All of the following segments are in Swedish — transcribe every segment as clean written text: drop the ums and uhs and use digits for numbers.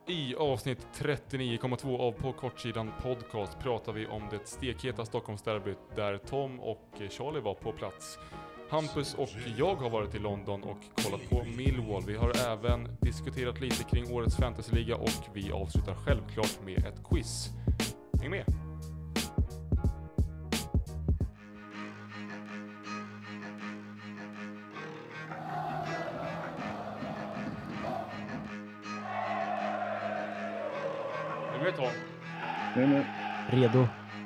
I avsnitt 39,2 av På kortsidan podcast pratar vi om det stekheta Stockholmsderbyt där Tom och Charlie var på plats. Hampus och jag har varit i London och kollat på Millwall. Vi har även diskuterat lite kring årets fantasyliga och vi avslutar självklart med ett quiz. Häng med! Är du med, Tom? Jag är med. Redo.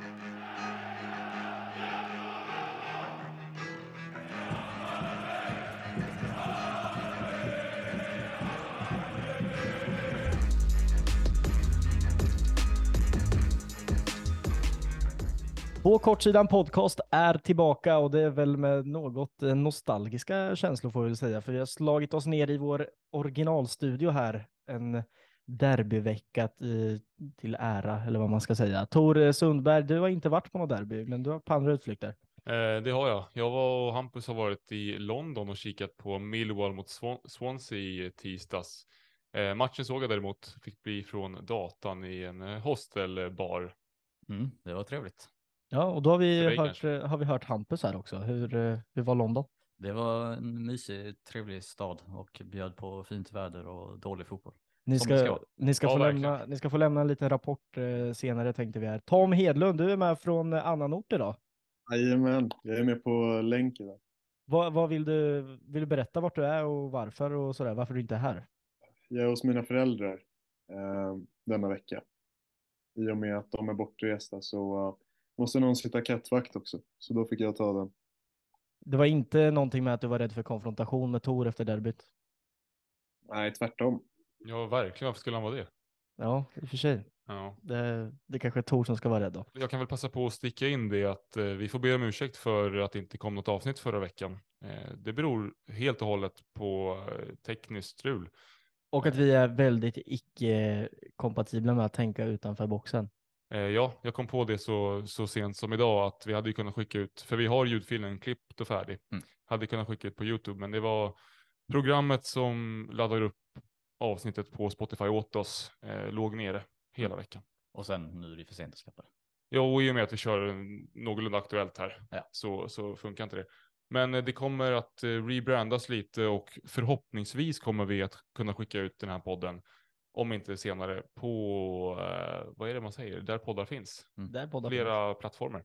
På kortsidan podcast är tillbaka och det är väl med något nostalgiska känslor får vi väl säga. För vi har slagit oss ner i vår originalstudio här en derbyvecka till ära, eller vad man ska säga. Tor Sundberg, du har inte varit på något derby, men du har på andra utflykter. Det har jag. Jag och Hampus har varit i London och kikat på Millwall mot Swansea i tisdags. Matchen såg jag däremot fick bli från datan i en hostelbar. Det var trevligt. Ja, och då har För vi hört Hampus här också. Hur var London? Det var en mysig, trevlig stad och bjöd på fint väder och dålig fotboll. Ni Som det ska, ska. ni, ska Ja, få verkligen. lämna, ni ska få lämna en liten rapport senare tänkte vi här. Tom Hedlund, du är med från annan ort idag. Jajamän, jag är med på länken. Vad vill du berätta vart du är och varför och sådär, varför du inte är här? Jag är hos mina föräldrar denna vecka. I och med att de är bortresta så måste någon sitta kattvakt också. Så då fick jag ta den. Det var inte någonting med att du var rädd för konfrontation med Tor efter derbyt? Nej, tvärtom. Ja, verkligen. Varför skulle han vara det? Ja, i och för sig. Ja. Det kanske är Tor som ska vara rädd då. Jag kan väl passa på att sticka in det att vi får be om ursäkt för att det inte kom något avsnitt förra veckan. Det beror helt och hållet på tekniskt strul. Och att vi är väldigt icke-kompatibla med att tänka utanför boxen. Ja, jag kom på det så sent som idag att vi hade ju kunnat skicka ut, för vi har ljudfilen klippt och färdig. Hade kunnat skicka ut på YouTube, men det var programmet som laddar upp avsnittet på Spotify åt oss, låg nere hela veckan. Och sen nu är det för sent att skaffa det. Ja, och i och med att vi kör någorlunda aktuellt här Ja. så funkar inte det. Men det kommer att rebrandas lite och förhoppningsvis kommer vi att kunna skicka ut den här podden, om inte senare, på, vad är det man säger, där poddar finns. Där poddar Flera plattformar.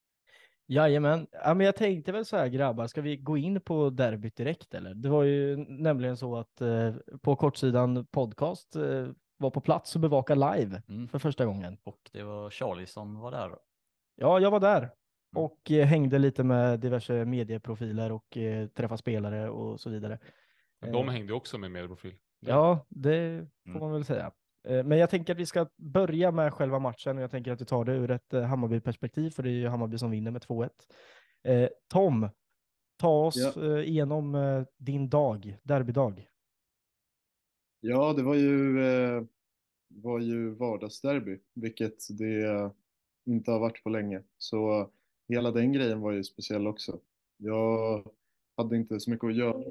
Jajamän. Ja, men jag tänkte väl så här grabbar, ska vi gå in på derbyt direkt eller? Det var ju nämligen så att på kortsidan podcast var på plats och bevaka live för första gången. Och det var Charlie som var där. Ja, jag var där och hängde lite med diverse medieprofiler och träffa spelare och så vidare. Men de hängde också med medieprofil. Ja, det får man väl säga. Men jag tänker att vi ska börja med själva matchen och jag tänker att vi tar det ur ett Hammarby-perspektiv för det är ju Hammarby som vinner med 2-1. Tom, ta oss igenom din derbydag. Ja, det var ju vardagsderby, vilket det inte har varit på länge. Så hela den grejen var ju speciell också. Jag hade inte så mycket att göra.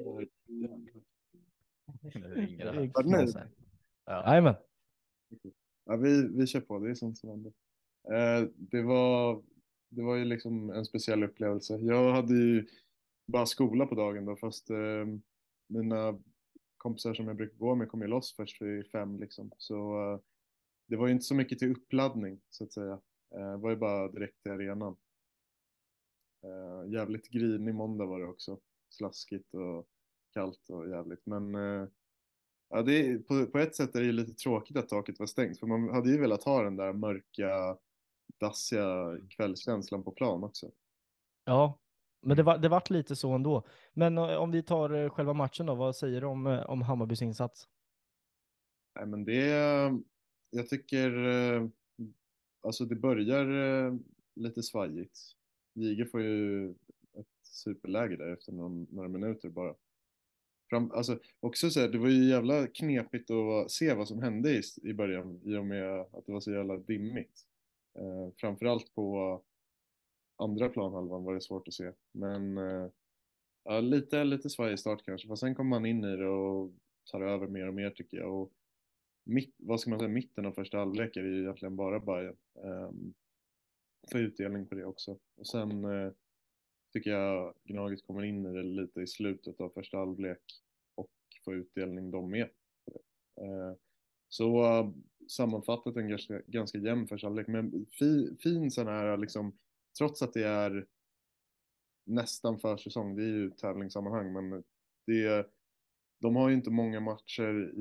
Jajamän. Ja, vi kör på, det är sånt som händer. Det var ju liksom en speciell upplevelse. Jag hade ju bara skola på dagen då, fast mina kompisar som jag brukar gå med kom ju loss först vid 5 liksom. Så det var ju inte så mycket till uppladdning så att säga. Det var ju bara direkt till arenan. Jävligt grinig måndag var det också. Slaskigt och kallt och jävligt. Men ja, på ett sätt är det ju lite tråkigt att taket var stängt. För man hade ju velat ha den där mörka, dassiga kvällskänslan på plan också. Ja, men det vart lite så ändå. Men om vi tar själva matchen då, vad säger du om Hammarbys insats? Nej, men jag tycker, alltså det börjar lite svajigt. Jige får ju ett superläge där efter några minuter bara. Alltså, också så här, det var ju jävla knepigt att se vad som hände i början i och med att det var så jävla dimmigt. Framförallt på andra planhalvan var det svårt att se. Men ja, lite svajig start kanske. För sen kommer man in i det och tar över mer och mer tycker jag. vad ska man säga, mitten av första halvlek är det ju egentligen bara Bayern. För utdelning på det också. Och sen tycker jag Gnaget kommer in i det lite i slutet av första halvlek och får utdelning de med. Så sammanfattat en ganska jämn första halvlek, men fin sån här liksom, trots att det är nästan försäsong, det är ju tävlingssammanhang, men de har ju inte många matcher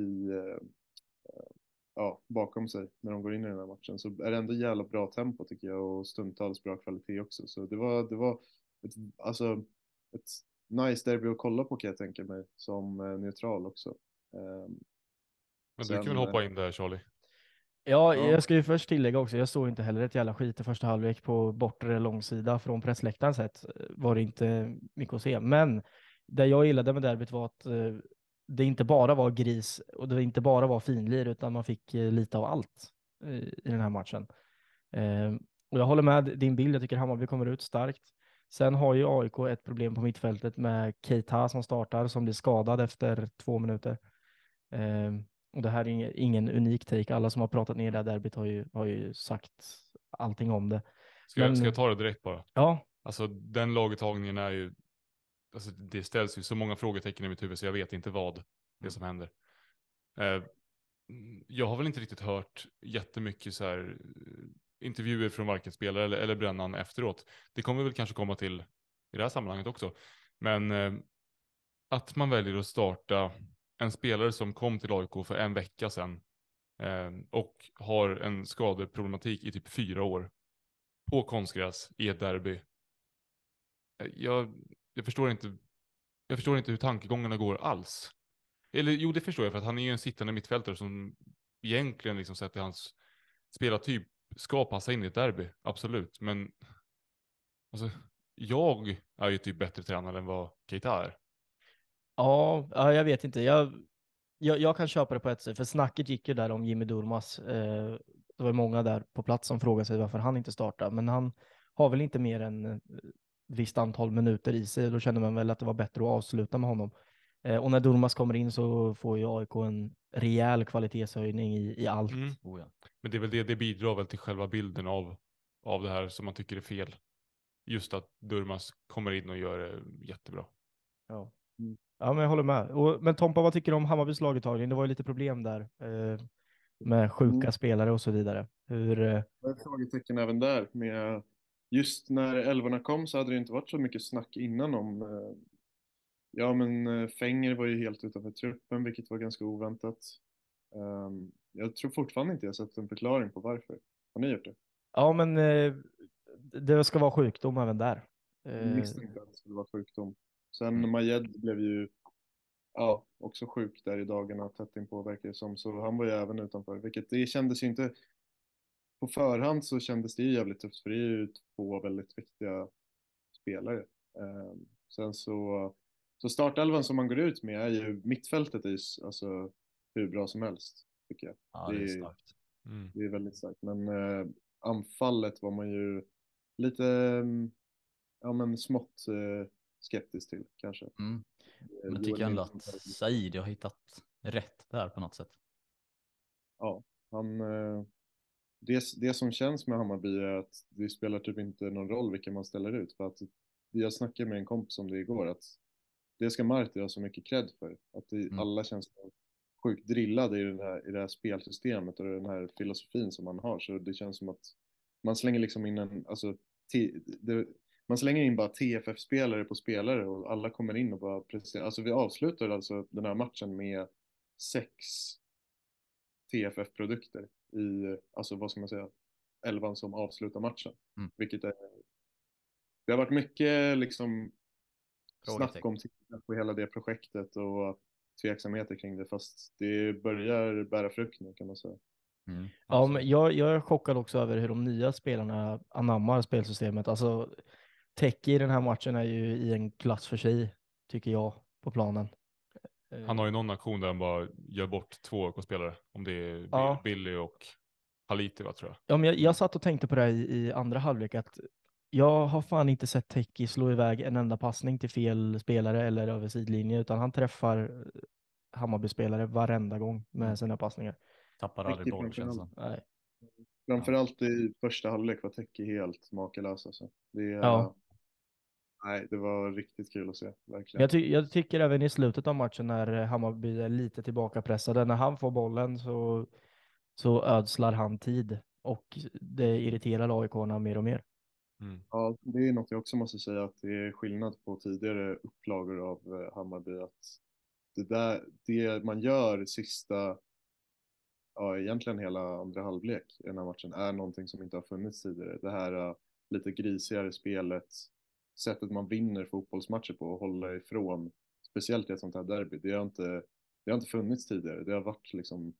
bakom sig när de går in i den här matchen, så är det ändå jävla bra tempo tycker jag, och stundtals bra kvalitet också, så det var ett nice derby att kolla på, kan jag tänka mig, som neutral också. Men du kan väl hoppa in där, Charlie? Ja, jag ska ju först tillägga också, jag såg inte heller ett jävla skit i första halvlek på bortre långsida från pressläktaren sett. Var det inte mycket att se. Men det jag gillade med derbyt var att det inte bara var gris och det inte bara var finlir, utan man fick lite av allt i den här matchen. Och jag håller med din bild, jag tycker Hammarby kommer ut starkt. Sen har ju AIK ett problem på mittfältet med Keita som startar, som blir skadad efter 2 minuter. Och det här är ingen unik take. Alla som har pratat ner det här derbyt har ju sagt allting om det. Ska jag ta det direkt bara? Ja. Alltså den laguttagningen är ju, alltså det ställs ju så många frågetecken i mitt huvud så jag vet inte vad det är som händer. Jag har väl inte riktigt hört jättemycket så här intervjuer från varken spelare eller Brännan efteråt. Det kommer väl kanske komma till i det här sammanhanget också. Men att man väljer att starta en spelare som kom till AIK för en vecka sedan och har en skadeproblematik i typ 4 år på konstgräs i ett derby. Jag förstår inte hur tankegångarna går alls. Eller jo, det förstår jag, för att han är ju en sittande mittfältare som egentligen liksom sett till hans spelartyp ska passa in i ett derby, absolut. Men alltså, jag är ju typ bättre tränare än vad Keita är. Ja, jag vet inte. Jag kan köpa det på ett sätt, för snacket gick ju där om Jimmy Durmaz. Det var många där på plats som frågade sig varför han inte startar, men han har väl inte mer än ett visst antal minuter i sig. Då kände man väl att det var bättre att avsluta med honom. Och när Durmaz kommer in så får ju AIK en rejäl kvalitetshöjning i allt. Oh ja. Men det är väl det bidrar väl till själva bilden av det här som man tycker är fel. Just att Durmaz kommer in och gör det jättebra. Ja. Ja, men jag håller med. Men Tompa, vad tycker du om Hammarbys laguttagning? Det var ju lite problem där med sjuka spelare och så vidare. Det var ett frågetecken även där. Med just när elvorna kom så hade det inte varit så mycket snack innan om Fänger var ju helt utanför truppen, vilket var ganska oväntat. Jag tror fortfarande inte jag sett en förklaring på varför. Har ni gjort det? Ja, men det ska vara sjukdom även där. Jag misstänkte att det skulle vara sjukdom. Sen Majed blev ju också sjuk där i dagarna, tätt inpå verkar det som. Så han var ju även utanför, vilket det kändes ju inte på förhand, så kändes det ju jävligt tufft, för det är ju 2 väldigt viktiga spelare. Sen så startelvan som man går ut med är ju, mittfältet är alltså hur bra som helst, tycker jag. Ja, det är starkt. Det är väldigt starkt, men anfallet var man ju lite smått skeptisk till kanske. Men tycker ändå att Said har hittat rätt där på något sätt. Ja, det som känns med Hammarby är att det spelar typ inte någon roll vilka man ställer ut, för att jag snackade med en kompis om det igår, att det ska Marti ha så mycket cred för, att alla känns sjukt drillade i det här spelsystemet och den här filosofin som man har, så det känns som att man slänger liksom in man slänger in bara TFF-spelare på spelare och alla kommer in och bara presterar. Alltså vi avslutar alltså den här matchen med 6 TFF-produkter i, alltså vad ska man säga, 11 som avslutar matchen. Vilket det har varit mycket liksom snack om på hela det projektet och tveksamheter kring det, fast det börjar bära frukt nu, kan man säga. Ja, men jag är chockad också över hur de nya spelarna anammar spelsystemet. Alltså Teki i den här matchen är ju i en klass för sig, tycker jag, på planen. Han har ju någon aktion där han bara gör bort 2 AK-spelare. Om det är Billy och Haliti, tror jag. Ja, men jag satt och tänkte på det här i andra halvlek, att jag har fan inte sett Teki slå iväg en enda passning till fel spelare eller över sidlinje, utan han träffar Hammarby-spelare varenda gång med sina passningar. Tappar aldrig bollen känns det. Nej. Framförallt i första halvlek var Teki helt makalös alltså. Ja. Nej, det var riktigt kul att se, verkligen. Jag tycker även i slutet av matchen när Hammarby är lite tillbakapressade, när han får bollen så ödslar han tid och det irriterar AIK-arna mer och mer. Ja, det är något jag också måste säga, att det är skillnad på tidigare upplagor av Hammarby, att det man gör sista, ja egentligen hela andra halvlek i den här matchen är någonting som inte har funnits tidigare. Det här lite grisigare spelet, sättet man vinner fotbollsmatcher på och håller ifrån, speciellt i ett sånt här derby, det har inte funnits tidigare. Det har varit liksom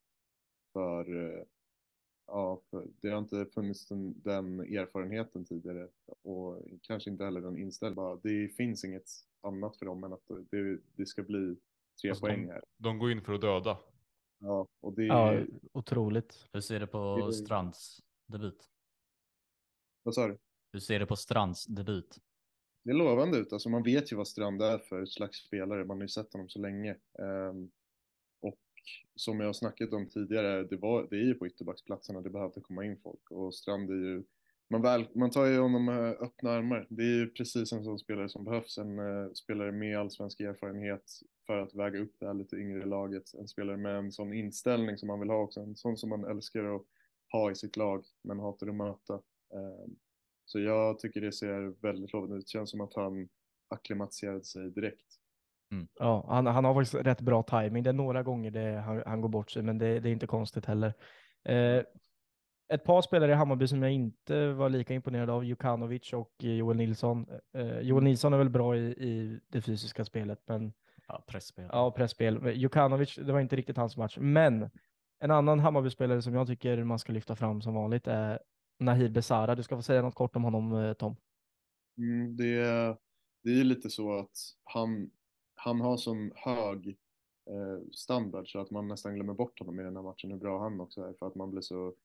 det har inte funnits den erfarenheten tidigare, och kanske inte heller den inställningen. Det finns inget annat för dem än att det ska bli 3 poäng här. De går in för att döda. Ja, och Ja, otroligt. Hur ser det på Strands debut? Vad sa du? Hur ser det på Strands debut? Det är lovande ut. Alltså man vet ju vad Strand är för slags spelare. Man har ju sett honom så länge. Och som jag har snackat om tidigare, det är ju på ytterbacksplatserna det behövde komma in folk. Och Strand är ju, man tar ju honom med öppna armar. Det är ju precis en sån spelare som behövs. En spelare med allsvensk erfarenhet för att väga upp det här lite yngre laget. En spelare med en sån inställning som man vill ha också. En sån som man älskar att ha i sitt lag men hatar att möta. Så jag tycker det ser väldigt lovande ut. Det känns som att han akklimatiserade sig direkt. Ja, han har faktiskt rätt bra timing. Det är några gånger han går bort sig, men det är inte konstigt heller. Ett par spelare i Hammarby som jag inte var lika imponerad av, Jukanovic och Joel Nilsson. Joel Nilsson är väl bra i det fysiska spelet, men pressspel. Ja, pressspel. Jukanovic, det var inte riktigt hans match. Men en annan Hammarby-spelare som jag tycker man ska lyfta fram som vanligt är Nahir Besara. Du ska få säga något kort om honom, Tom. Det är lite så att han har sån hög standard så att man nästan glömmer bort honom i den här matchen, hur bra han också är, för att man blir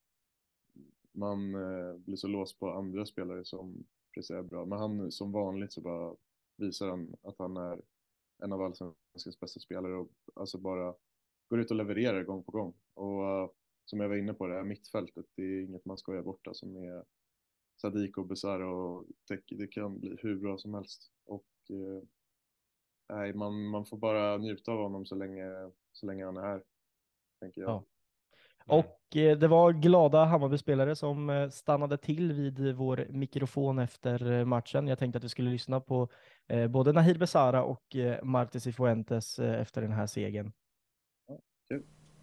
så låst på andra spelare som presterar bra. Men han som vanligt så bara visar han att han är en av allsvenskans bästa spelare och alltså bara går ut och levererar gång på gång. Och som jag var inne på, det här mittfältet, det är inget man skojar bort alltså, med Sadiko, Besara och Teki. Det kan bli hur bra som helst. Och nej, man får bara njuta av honom så länge han är här, tänker jag. Ja. Och det var glada Hammarby-spelare som stannade till vid vår mikrofon efter matchen. Jag tänkte att vi skulle lyssna på både Nahir Besara och Marti Cifuentes efter den här segern. Ja, kul.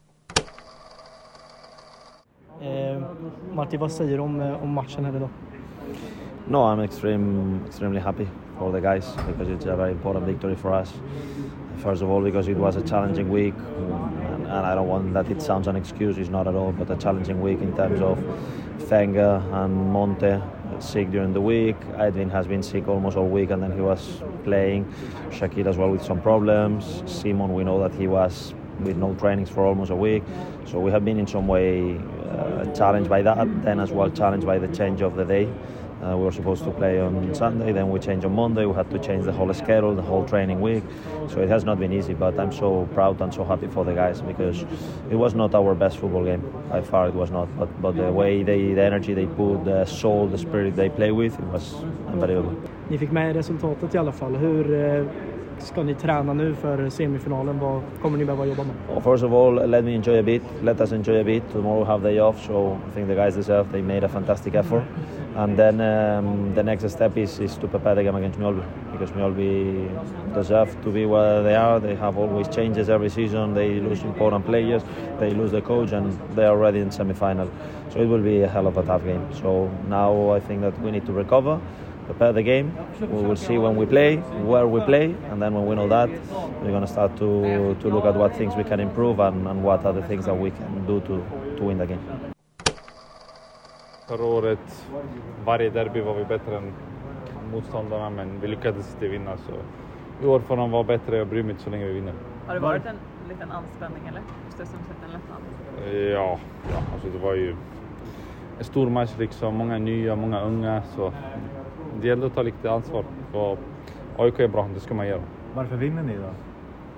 Marti, vad säger du om matchen här idag? No, I'm extremely happy for the guys because it's a very important victory for us. First of all, because it was a challenging week, and I don't want that it sounds an excuse, it's not at all, but a challenging week in terms of Fenga and Monte sick during the week. Edwin has been sick almost all week, and then he was playing. Shakir as well with some problems. Simon, we know that he was with no trainings for almost a week. So we have been in some way challenged by that, then as well challenged by the change of the day. We were supposed to play on Sunday, then we changed on Monday. We had to change the whole schedule, the whole training week. So it has not been easy, but I'm so proud and so happy for the guys because it was not our best football game. By far it was not, but the way the energy they put, the soul, the spirit they play with, it was unbelievable. Ni fick med resultatet i alla fall. Hur ska ni träna nu för semifinalen? Vad kommer ni behöva jobba med? Well, first of all, let me enjoy a bit. Let us enjoy a bit. Tomorrow we have day off, so I think the guys deserve. They made a fantastic effort. And then the next step is to prepare the game against Mjolby, because Mjolby deserve to be where they are. They have always changes every season. They lose important players. They lose the coach, and they are already in semi-final. So it will be a hell of a tough game. So now I think that we need to recover, prepare the game. We will see when we play, where we play, and then when we know that, we're going to start to look at what things we can improve and what are the things that we can do to win the game. Förra året, varje derby var vi bättre än motståndarna, men vi lyckades inte vinna. Så i år får de vara bättre, jag bryr mig inte så länge vi vinner. Har det varit en liten anspänning eller? Just det som sett en lättnad? Ja, alltså det var ju en stor match liksom, många nya, många unga. Så det gäller att ta lite ansvar. Och AIK är bra, det ska man göra. Varför vinner ni då?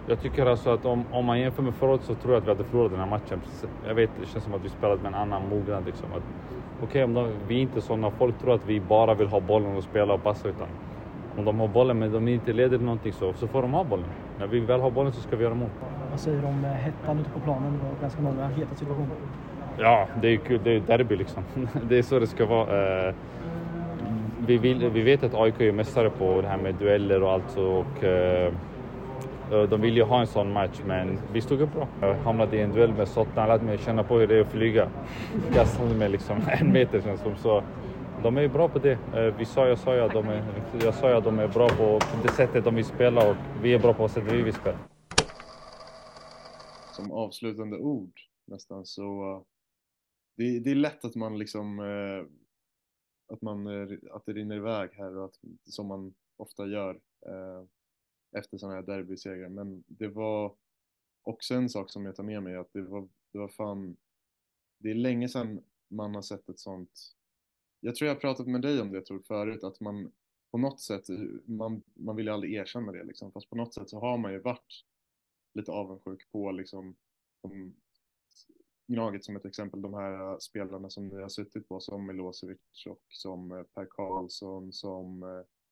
Jag tycker alltså att om man jämför med förut så tror jag att vi hade förlorat den här matchen. Jag vet, det känns som att vi spelat med en annan mognad liksom. Okej, vi är inte sådana, folk tror att vi bara vill ha bollen och spela och passa, utan om de har bollen men de inte leder till någonting så får de ha bollen. När vi väl har bollen så ska vi göra mål. Vad säger du om hettan ute på planen? Det var ganska många heta situationer. Ja, det är kul. Det är derby liksom. Det är så det ska vara. Vi vet att AIK är mästare på det här med dueller och allt, och de vill ju ha en sån match, men vi stod upp bra. Jag hamnade i en duell med Sottan, lät mig känna på hur det är att flyga. Kastade mig liksom 1 meter känns som så. De är ju bra på det. Jag sa ju att de är bra på det sättet de vill spela, och vi är bra på sättet vi vill spela. Som avslutande ord nästan så det är lätt att man liksom att det rinner iväg här, och att, som man ofta gör efter sådana här derbysegrar, men det var också en sak som jag tar med mig, att det var fan, det är länge sedan man har sett ett sånt. Jag tror jag har pratat med dig om det, jag tror förut, att man på något sätt, man vill ju aldrig erkänna det liksom, fast på något sätt så har man ju varit lite avundsjuk på liksom Gnaget som ett exempel, de här spelarna som vi har suttit på, som Milosevic och som Per Karlsson, som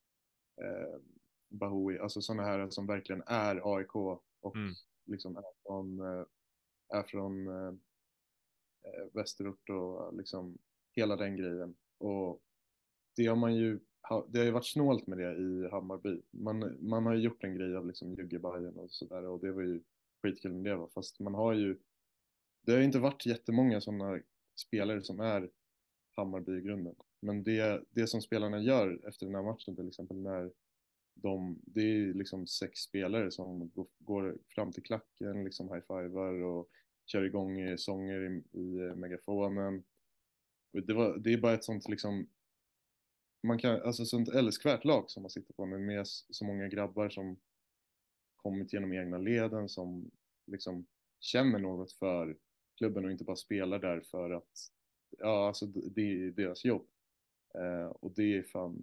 Bahoui, alltså sådana här som verkligen är AIK och liksom är från västerort och liksom hela den grejen. Och det har ju varit snålt med det i Hammarby. Man har ju gjort en grej av liksom Juggebajen och sådär, och det var ju skitkul med det var, fast det har ju inte varit jättemånga sådana spelare som är Hammarby i grunden. Men det som spelarna gör efter den här matchen till exempel, när det är liksom 6 spelare som går fram till klacken, liksom high-fivar och kör igång sånger i megafonen. Det är bara ett sånt liksom, alltså sånt älskvärt lag som man sitter på, med så många grabbar som kommit genom egna leden, som liksom känner något för klubben och inte bara spelar där för att alltså det är deras jobb. Och det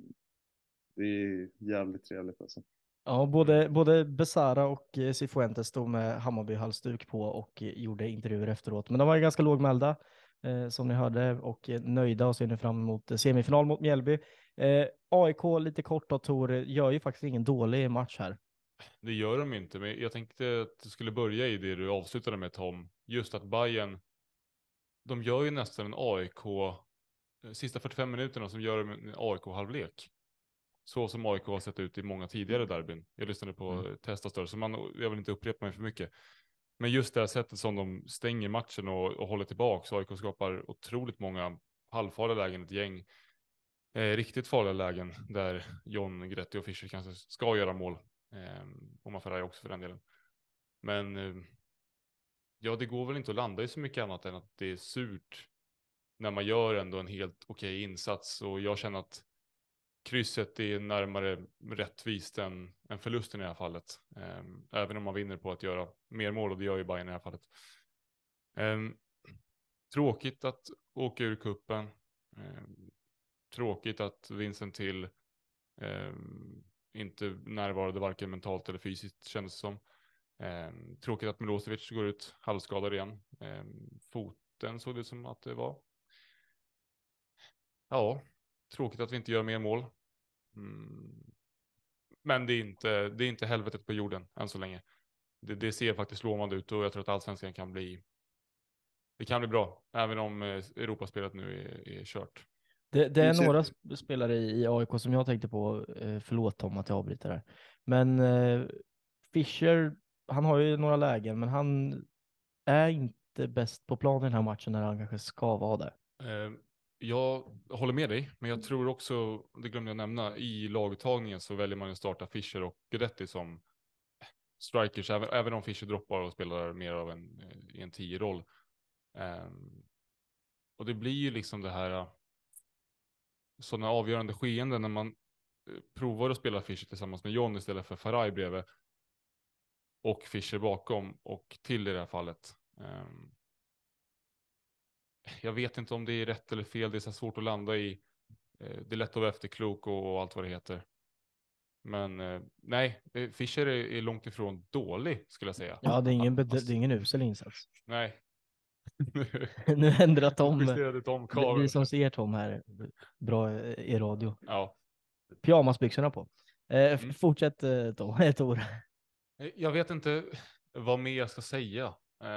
är jävligt trevligt alltså. Ja, både Besara och Cifuentes stod med Hammarby-halsduk på och gjorde intervjuer efteråt. Men de var ju ganska lågmälda, som ni hörde, och nöjda, och ser nu fram emot semifinal mot Mjällby. AIK, lite kort då, Tor, gör ju faktiskt ingen dålig match här. Det gör de inte, men jag tänkte att det skulle börja i det du avslutade med, Tom. Just att Bayern, de gör ju nästan en AIK, sista 45 minuterna som gör en AIK-halvlek. Så som AIK har sett ut i många tidigare derbyn. Jag lyssnade på Testastar, så jag vill inte upprepa mig för mycket. Men just det här sättet som de stänger matchen och håller tillbaka, så AIK skapar otroligt många halvfarliga lägen, ett gäng riktigt farliga lägen där John, Gretti och Fischer kanske ska göra mål. Och Mafaraj också för den delen. Men ja, det går väl inte att landa i så mycket annat än att det är surt när man gör ändå en helt okej insats. Och jag känner att krysset är närmare rättvist än förlusten i det här fallet. Även om man vinner på att göra mer mål, och det gör ju Bayern i det här fallet. Tråkigt att åka ur kuppen. Tråkigt att Vincent Till inte närvarade varken mentalt eller fysiskt, kändes det som. Tråkigt att Milosevic går ut halvskadad igen. Foten såg det som att det var. Ja, tråkigt att vi inte gör mer mål. Men det är inte helvetet på jorden än så länge. Det ser faktiskt lovande ut, och jag tror att allsvenskan kan bli bra, även om Europaspelet nu är kört. Det är några spelare i AIK som jag tänkte på, förlåt om att jag avbryter där. Men Fischer, han har ju några lägen, men han är inte bäst på plan i den här matchen när han kanske ska vara det. Jag håller med dig, men jag tror också, det glömde jag nämna, i laguttagningen så väljer man att starta Fischer och Guidetti som strikers, även om Fischer droppar och spelar mer av en 10-roll. Och det blir ju liksom det här sådana avgörande skeenden när man provar att spela Fischer tillsammans med John istället för Faraj bredvid och Fischer bakom och till i det här fallet. Jag vet inte om det är rätt eller fel, det är så svårt att landa i. Det är lätt att vara efterklok och allt vad det heter. Men nej, Fischer är långt ifrån dålig skulle jag säga. Ja, det är ingen usel insats. Nej. Nu ändrar Tom. Justerade Tom Carr. Vi som ser Tom här, bra i radio. Ja. Pyjamasbyxorna på. Fortsätt Tom, Tor. Jag vet inte vad mer jag ska säga.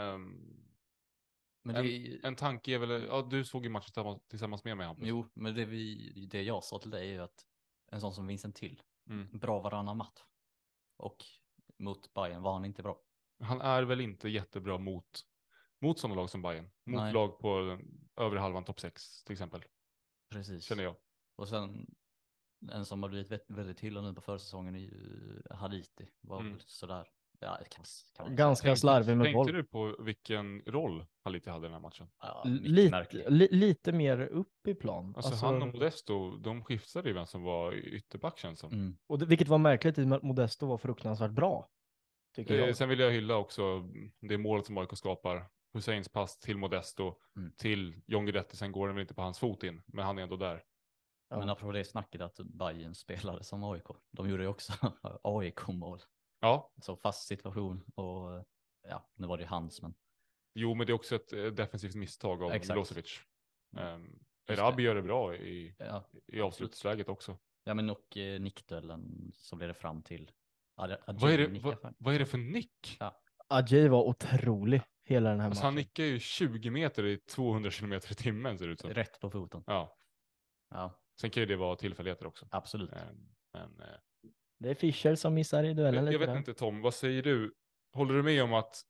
Men En tanke är väl, ja, du såg ju matchen tillsammans med mig, Hampus. Jo, men det jag sa till dig är ju att en sån som Vincent Till, bra varannan match. Och mot Bayern var han inte bra. Han är väl inte jättebra mot sådana lag som Bayern. Mot Nej. lag på övre halvan topp 6 till exempel. Precis. Känner jag. Och sen en som har blivit väldigt hyllad nu på försäsongen är ju Haditi. Var väl sådär. Ja, kan man Ganska säga. slarvig med Tänkte boll. du på vilken roll Haliti hade i den här matchen? Ja, mycket märklig. Lite mer upp i plan. Alltså han och Modesto, de skiftade ju vem som var ytterback känns som. Och vilket var märkligt i att Modesto var fruktansvärt bra. Tycker jag. Sen vill jag hylla också det målet som AIK skapar. Husseins pass till Modesto, till John Guidetti, sen går den väl inte på hans fot in, men han är ändå där. Ja. Men apropå det snacket att Bayern spelade som AIK. De gjorde ju också AIK-mål. Ja. Så fast situation och ja, nu var det ju hans, men. Jo, men det är också ett defensivt misstag av Milosevic. Erabi gör det bra i avslutsläget också. Ja, men och nickduellen så blev det fram till. Vad är det för nick? Ja. Ajay var otrolig hela den här matchen. Han nickar ju 20 meter i 200 kilometer i timmen ser det ut som. Rätt på foten. Ja. Sen kan ju det vara tillfälligheter också. Absolut. Men det är Fischer som missar i duellen lite. Jag vet inte Tom, vad säger du? Håller du med om att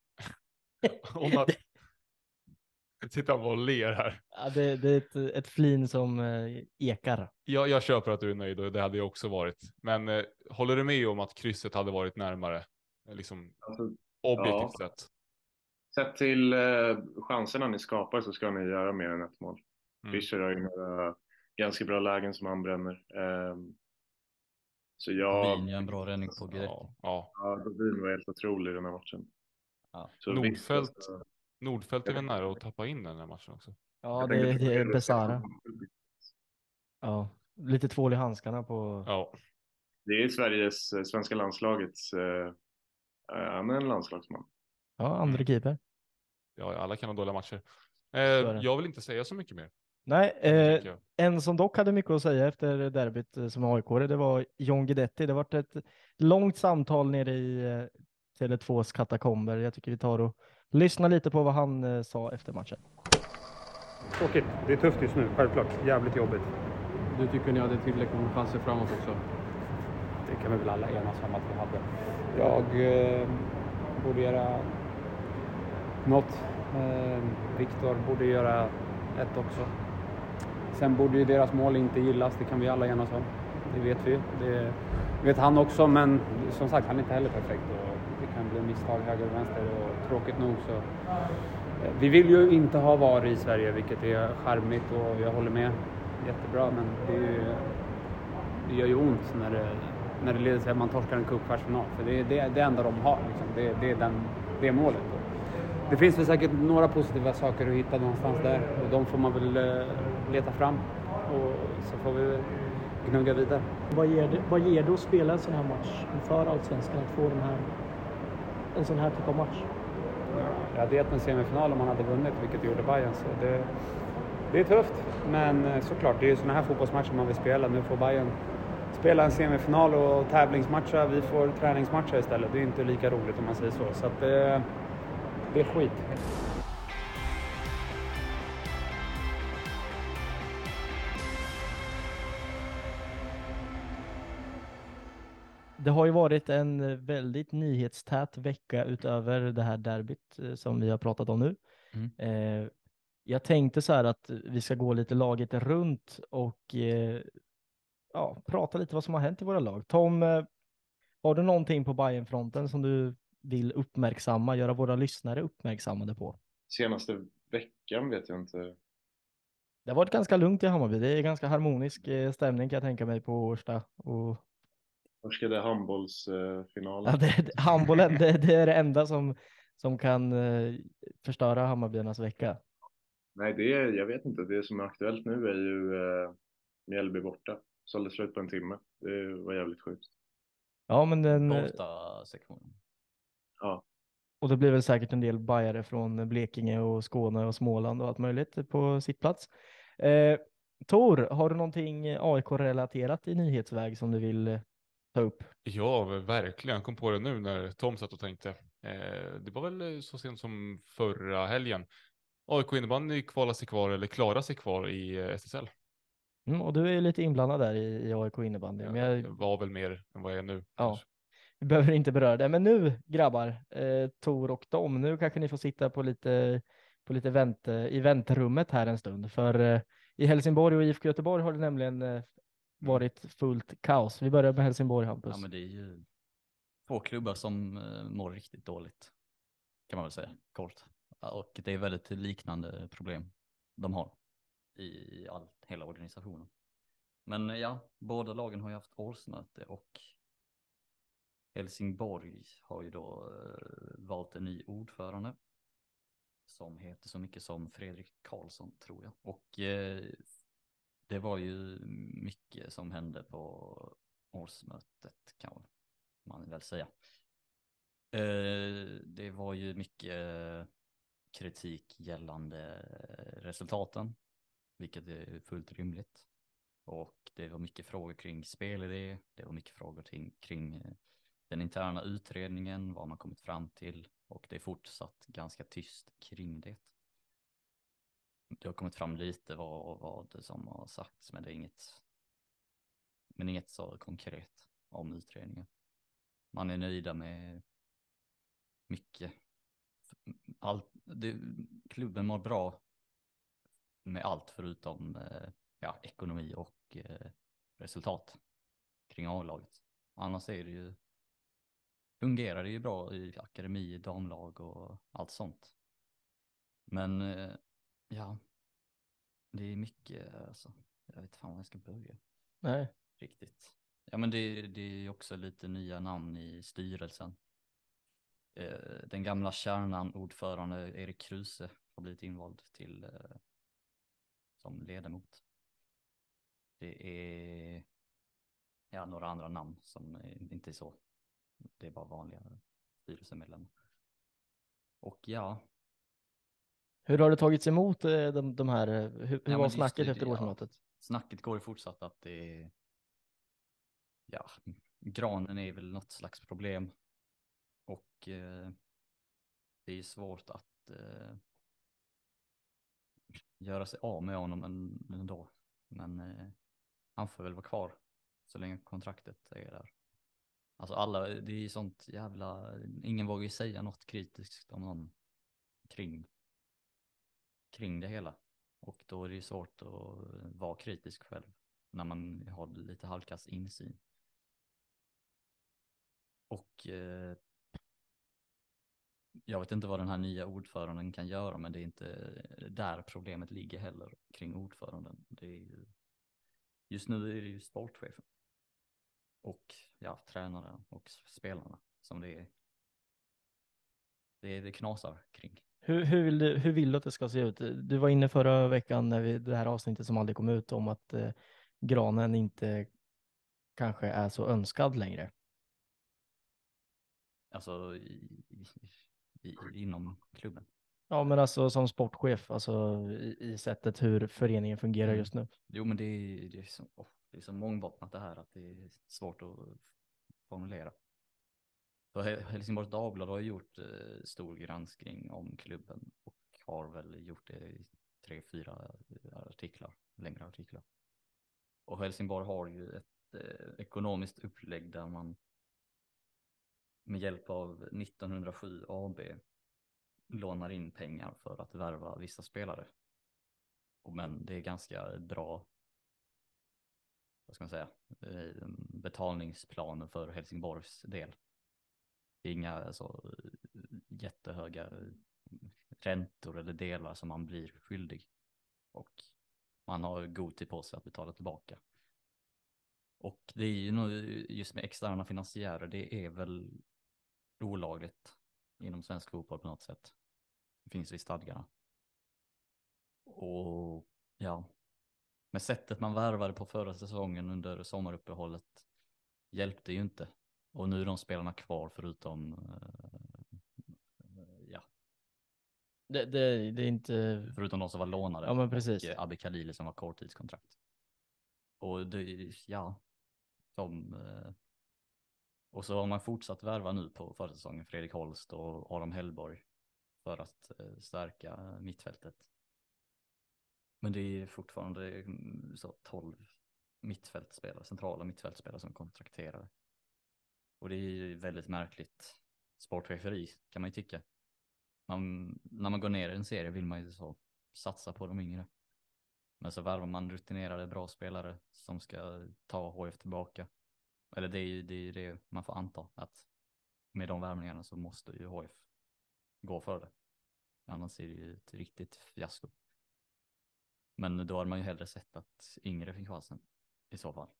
titta vad ler här? Ja, det är ett flin som ekar. Jag köper att du är nöjd och det hade jag också varit. Men håller du med om att krysset hade varit närmare? Liksom objektivt sett. Sett till chanserna ni skapar så ska ni göra mer än ett mål. Fischer har ju några ganska bra lägen som han bränner. Så Robin gör en bra räddning på Guidetti. Ja, Robin var helt otrolig i den här matchen. Ja. Nordfält är väl nära att tappa in den här matchen också. Ja, det är Besara. Ja, lite tvål i handskarna på. Ja. Det är svenska landslagets han är en landslagsman. Ja, andra keeper. Ja, alla kan ha dåliga matcher. Jag vill inte säga så mycket mer. Nej, en som dock hade mycket att säga efter derbyt som AIK, det var John Guidetti. Det var ett långt samtal nere i Tele2s katakomber. Jag tycker vi tar och lyssnar lite på vad han sa efter matchen. Tråkigt. Det är tufft just nu, självklart. Jävligt jobbigt. Du tycker ni hade tillräckligt med chanser framåt också? Det kan vi väl alla enas om att vi hade. Jag borde göra något. Viktor borde göra ett också. Sen borde ju deras mål inte gillas, det kan vi alla enas om. Det vet vi. Det vet han också, men som sagt, han är inte heller perfekt. Och det kan bli misstag höger och vänster och tråkigt nog så. Vi vill ju inte ha VAR i Sverige, vilket är charmigt och jag håller med. Jättebra, men det gör ju ont när det leder sig att man torskar en cupkvartsfinal. För det är det enda de har. Liksom. Det är målet. Det finns väl säkert några positiva saker att hitta någonstans där. Och de får man väl leta fram. Och så får vi gnugga vidare. Vad ger det att spela en sån här match inför Allsvenskan? Att få en sån här typ av match? Jag hade gett en semifinal om man hade vunnit, vilket gjorde Bayern. Så det är tufft. Men såklart, det är ju såna här fotbollsmatcher man vill spela. Nu får Bayern spela en semifinal och tävlingsmatcha. Vi får träningsmatcher istället. Det är inte lika roligt om man säger så. Så att det är skit. Det har ju varit en väldigt nyhetstät vecka utöver det här derbyt som vi har pratat om nu. Jag tänkte så här att vi ska gå lite laget runt och prata lite vad som har hänt i våra lag. Tom, har du någonting på Bayern-fronten som du vill uppmärksamma, göra våra lyssnare uppmärksammade på? Senaste veckan vet jag inte. Det har varit ganska lugnt i Hammarby. Det är ganska harmonisk stämning kan jag tänka mig på Årsta. Var ska det handbollsfinalen? Handbollen, det är det enda som kan förstöra Hammarbyarnas vecka. Nej, jag vet inte. Det som är aktuellt nu är ju Mjällby borta. Sålde slut på en timme. Det var jävligt sjukt. Ja, men Borta sektionen. Ja. Och det blir väl säkert en del bajare från Blekinge och Skåne och Småland och allt möjligt på sitt plats. Tor, har du någonting AIK-relaterat i nyhetsväg som du vill ta upp? Ja, verkligen. Jag kom på det nu när Tom satt och tänkte. Det var väl så sent som förra helgen. AIK innebandy kvalar sig kvar eller klarar sig kvar i SSL. Och du är ju lite inblandad där i AIK innebandy. Ja, Men jag, jag var väl mer än vad jag är nu. ja, Kanske. vi behöver inte beröra det. Men nu grabbar, Tor och Dom, nu kanske ni får sitta på lite i väntrummet här en stund. För i Helsingborg och IFK Göteborg har det nämligen varit fullt kaos. Vi börjar med Helsingborg, Hampus. Ja, men det är ju två klubbar som mår riktigt dåligt, kan man väl säga kort. Och det är väldigt liknande problem de har i hela organisationen. Men ja, båda lagen har ju haft årsmöte och Helsingborg har ju då valt en ny ordförande som heter så mycket som Fredrik Karlsson, tror jag. Och det var ju mycket som hände på årsmötet, kan man väl säga. Det var ju mycket kritik gällande resultaten, vilket är fullt rimligt. Och det var mycket frågor kring spelidé, det var mycket frågor kring den interna utredningen, vad man kommit fram till, och det är fortsatt ganska tyst kring det. Det har kommit fram lite vad det som har sagts, men det är inget så konkret om utredningen. Man är nöjda med mycket. Klubben mår bra med allt förutom ekonomi och resultat kring A-laget. Annars fungerar det ju bra i akademi, damlag och allt sånt. Men det är mycket, alltså, jag vet fan var jag ska börja. Nej. Riktigt. Ja, men det är också lite nya namn i styrelsen. Den gamla kärnan, ordförande Erik Kruse, har blivit invald till som ledamot. Det är några andra namn som inte är så. Det är bara vanliga styrelsemedlemmar. Och ja. Hur har det tagits emot de här? Hur var snacket efter årsmötet? Snacket går ju fortsatt att granen är väl något slags problem. Och det är svårt att göra sig av med honom ändå. Men han får väl vara kvar så länge kontraktet är där. Alltså det är sånt jävla, ingen vågar ju säga något kritiskt om någon kring det hela. Och då är det ju svårt att vara kritisk själv när man har lite halvkass insyn. Och jag vet inte vad den här nya ordföranden kan göra, men det är inte där problemet ligger heller kring ordföranden. Just nu är det ju sportchefen och tränare och spelarna som det knasar kring. Hur vill du att det ska se ut? Du var inne förra veckan när det här avsnittet som aldrig kom ut om att granen inte kanske är så önskad längre. Alltså inom klubben. Ja, men alltså som sportchef, alltså i sättet hur föreningen fungerar just nu. Jo, men det är så mångbottnat det här att det är svårt att formulera. Så Helsingborgs Dagblad har gjort stor granskning om klubben och har väl gjort det i 3-4 längre artiklar. Och Helsingborg har ju ett ekonomiskt upplägg där man med hjälp av 1907 AB lånar in pengar för att värva vissa spelare. Men det är ganska bra, vad ska man säga, betalningsplaner för Helsingborgs del. Det är inga så jättehöga räntor eller delar som man blir skyldig. Och man har god tid på sig att betala tillbaka. Och det är ju nog just med externa finansiärer, det är väl olagligt inom svensk fotboll på något sätt. Det finns i stadgarna. Och med sättet man värvade på förra säsongen under sommaruppehållet hjälpte ju inte. Och nu är de spelarna kvar förutom Det är inte... förutom de som var lånade. Ja, men precis. Och Abbe Khalili som var korttidskontrakt. Och det, och så har man fortsatt värva nu på försäsongen Fredrik Holst och Adam Hellborg för att stärka mittfältet. Men det är fortfarande så 12 mittfältspelare, centrala mittfältspelare som kontrakterar. Och det är väldigt märkligt sportcheferi kan man ju tycka. När man går ner i en serie vill man ju så satsa på de yngre. Men så värvar man rutinerade bra spelare som ska ta HF tillbaka. Eller det är det man får anta, att med de värvningarna så måste ju HF gå för det. Annars är det ju ett riktigt fiasko. Men då har man ju hellre sett att yngre fick chansen i så fall.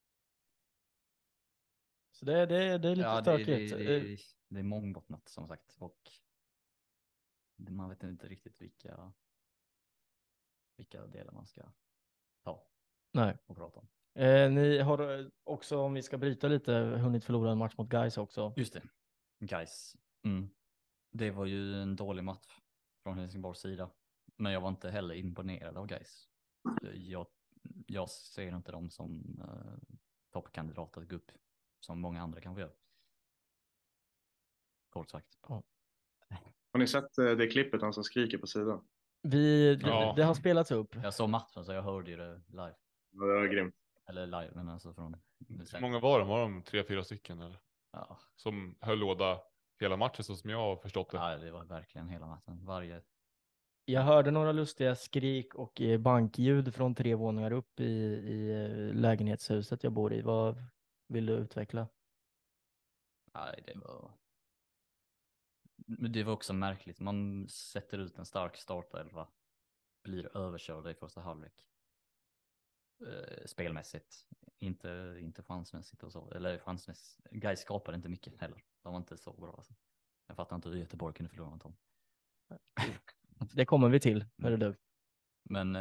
Så det är lite stökigt. Det är mångbottnat som sagt. Och man vet inte riktigt vilka delar man ska ta. Nej. Och prata om. Ni har också, om vi ska bryta lite, hunnit förlora en match mot Gais också. Just det. Gais. Det var ju en dålig match från Helsingborgs sida. Men jag var inte heller imponerad av Gais. Jag ser inte dem som toppkandidater att gå upp som många andra kanske gör. Kort sagt. Ja. Har ni sett det klippet han som skriker på sidan? Det har spelats upp. Jag såg matchen så jag hörde ju det live. Ja, det var grymt. Eller live, men alltså från... Hur många var de? Var de 3-4 stycken eller? Ja. Som höll låda hela matchen så som jag har förstått det. Ja, det var verkligen hela matchen. Jag hörde några lustiga skrik och bankljud från 3 våningar upp i lägenhetshuset jag bor i. Vad vill du utveckla? Nej, det var också märkligt. Man sätter ut en stark startelva, blir överkörd i första halvlek. Spelmässigt, inte chansmässigt och så. Eller chansmässigt. Gais skapade inte mycket heller. De var inte så bra. Alltså. Jag fattar inte hur Göteborg kunde förlora något om. Det kommer vi till, hörru du. Men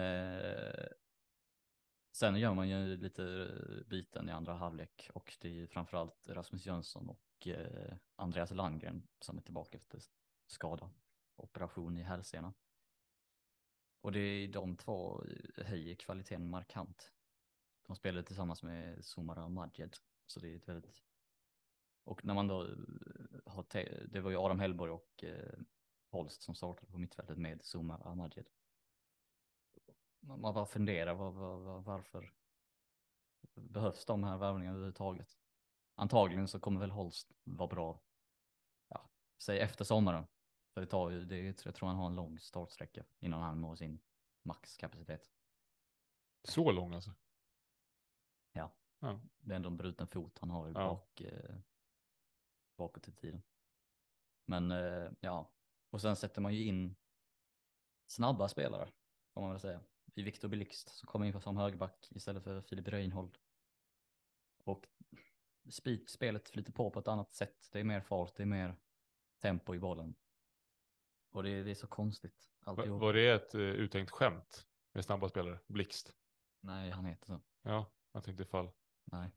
sen gör man ju lite byten i andra halvlek. Och det är framförallt Rasmus Jönsson och Andreas Landgren som är tillbaka efter skada. Operation i hälsenan. Och det är de två höjer kvaliteten markant. De spelade tillsammans med Somara Madjed. Så det är ett väldigt... Och när man då det var ju Adam Hellborg och Holst som startade på mittfältet med Somara Madjed. Man bara funderar varför behövs de här värvningarna överhuvudtaget. Antagligen så kommer väl Holst vara bra, säg efter sommaren. För det tar ju, jag tror han har en lång startsträcka innan han når sin maxkapacitet. Så lång alltså? Ja. Det är ändå en bruten fot han har bakåt i tiden. Men och sen sätter man ju in snabba spelare, får man väl säga. I Viktor Blixt som kommer in som högerback istället för Filip Reinhold. Och spelet flyter på ett annat sätt. Det är mer fart, det är mer tempo i bollen. Och det är så konstigt. Var det ett uttänkt skämt med snabba spelare? Blixt? Nej, han heter så. Ja, jag tänkte ifall. Nej.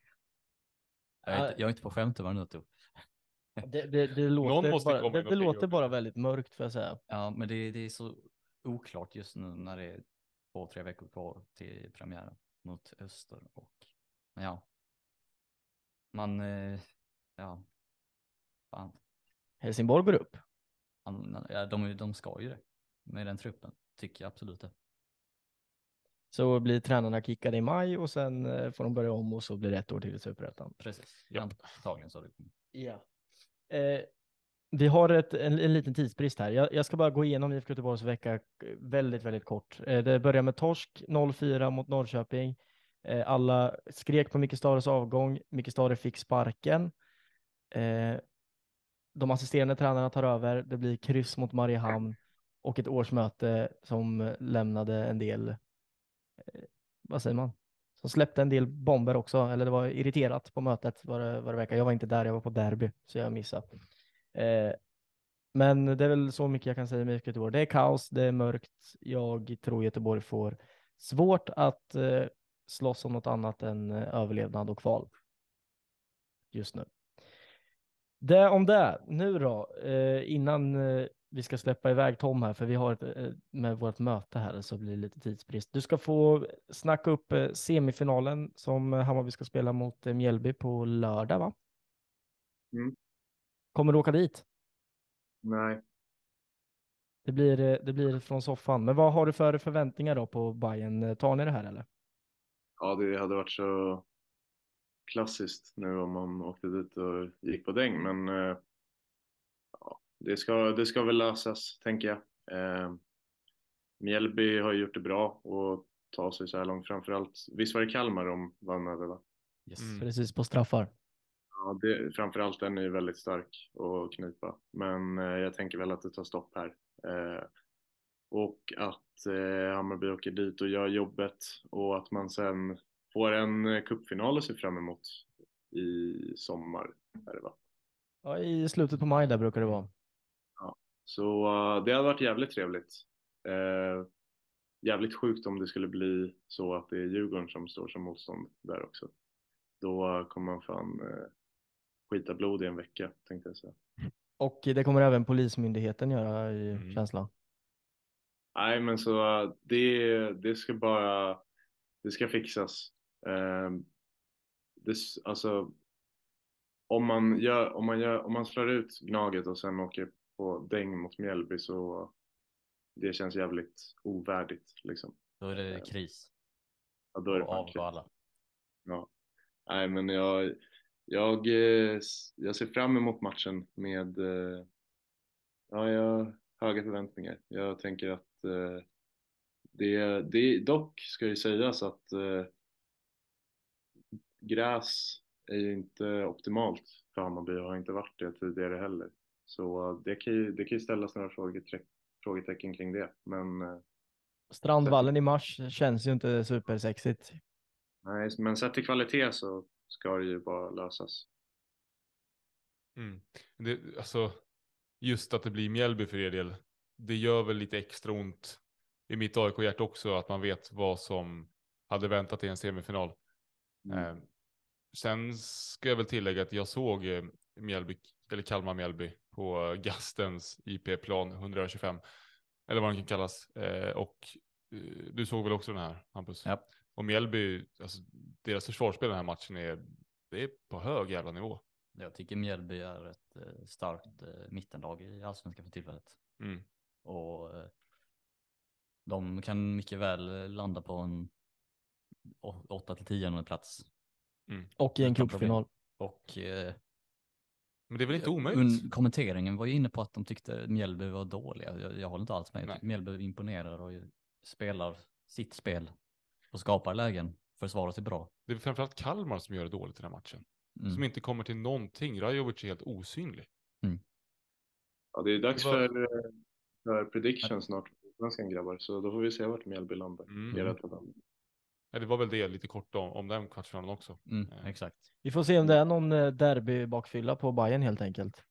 Jag är inte på skämtumör nu, tror. Det låter bara väldigt mörkt, för att säga. Ja, men det är så oklart just nu när det är 2-3 veckor kvar till premiären mot Öster. Och fan. Helsingborg går upp. De ska ju det med den truppen, tycker jag absolut det. Så blir tränarna kickade i maj och sen får de börja om och så blir det 1 år till i Superettan. Precis, antagligen så. Ja. Vi har en liten tidsbrist här. Jag ska bara gå igenom IFK Göteborgs vecka väldigt, väldigt kort. Det börjar med torsk 0-4 mot Norrköping. Alla skrek på Micke Stares avgång. Micke Stare fick sparken. De assisterande tränarna tar över. Det blir kryss mot Mariehamn och ett årsmöte som lämnade en del, vad säger man? Som släppte en del bomber också, eller det var irriterat på mötet var det verkar. Jag var inte där, jag var på derby, så jag missade. Men det är väl så mycket jag kan säga med Göteborg. Det är kaos, det är mörkt. Jag tror Göteborg får svårt att slåss om något annat än överlevnad och kval just nu. Det om det. Nu då, innan vi ska släppa iväg Tom här, för vi har med vårt möte här så blir det lite tidsbrist. Du ska få snacka upp semifinalen som Hammarby ska spela mot Mjällby på lördag, va? Mm. Kommer du åka dit? Nej. Det blir från soffan. Men vad har du för förväntningar då på Bayern? Tar ni det här eller? Ja, det hade varit så klassiskt nu om man åkte dit och gick på däng, men ja, det ska väl lösas, tänker jag. Mjällby har gjort det bra och ta sig så här långt, framförallt. Visst var det Kalmar de vann över, va? Yes. Precis, på straffar. Ja, framförallt den är ju väldigt stark att knipa, men jag tänker väl att det tar stopp här. Och att Hammarby åker dit och gör jobbet och att man sen får en cupfinal att se fram emot i sommar. Är det, va? Ja, i slutet på maj där brukar det vara. Ja. Så det hade varit jävligt trevligt. Jävligt sjukt om det skulle bli så att det är Djurgården som står som motstånd där också. Då kommer man fan skita blod i en vecka, tänkte jag säga. Och det kommer även Polismyndigheten göra i känslan. Nej, men så det ska bara, det ska fixas. Alltså om man slår ut Gnaget och sen åker på däng mot Mjällby, så det känns jävligt ovärdigt liksom. Då är det kris. Ja, då är det och avgå alla. Ja. Nej, men jag ser fram emot matchen med jag har höga förväntningar. Jag tänker att det dock ska ju sägas att gräs är ju inte optimalt för Hammarby och har inte varit det tidigare heller. Så det kan ju ställas några frågetecken kring det. Men Strandvallen i mars känns ju inte supersexigt. nej, men sett till kvalitet så ska det ju bara lösas. Alltså, just att det blir Mjällby för er del, det gör väl lite extra ont i mitt AIK-hjärta också, att man vet vad som hade väntat i en semifinal. Sen ska jag väl tillägga att jag såg Kalmar-Mjällby på Gastens IP-plan 125, eller vad den kan kallas. Och du såg väl också den här, Hampus? Ja. Och Mjällby, alltså, deras försvarsspel den här matchen det är på hög jävla nivå. Jag tycker Mjällby är ett starkt mittenlag i Allsvenskan för tillfället. Och de kan mycket väl landa på en 8-10 plats. Och i en cupfinal. Och men det är väl inte omöjligt? Kommenteringen var ju inne på att de tyckte Mjällby var dåliga. Jag håller inte alls med. Mjällby imponerar och spelar sitt spel och skapar lägen, försvarar sig bra. Det är framförallt Kalmar som gör det dåligt i den här matchen. Som inte kommer till någonting. Rajovic är helt osynlig. Ja, det är dags för prediction snart. Svenska grabbar. Så då får vi se vart Mjällby landar. Ja, det var väl det lite kort om den kvartsfinalen också. Exakt. Vi får se om det är någon derby bakfylla på Bayern helt enkelt.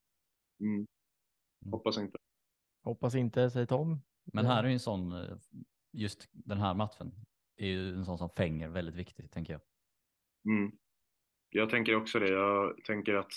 Hoppas inte, säger Tom. Men här är ju en sån, just den här matchen är ju en sån som fänger väldigt viktigt, tänker jag. Jag tänker också det. Jag tänker att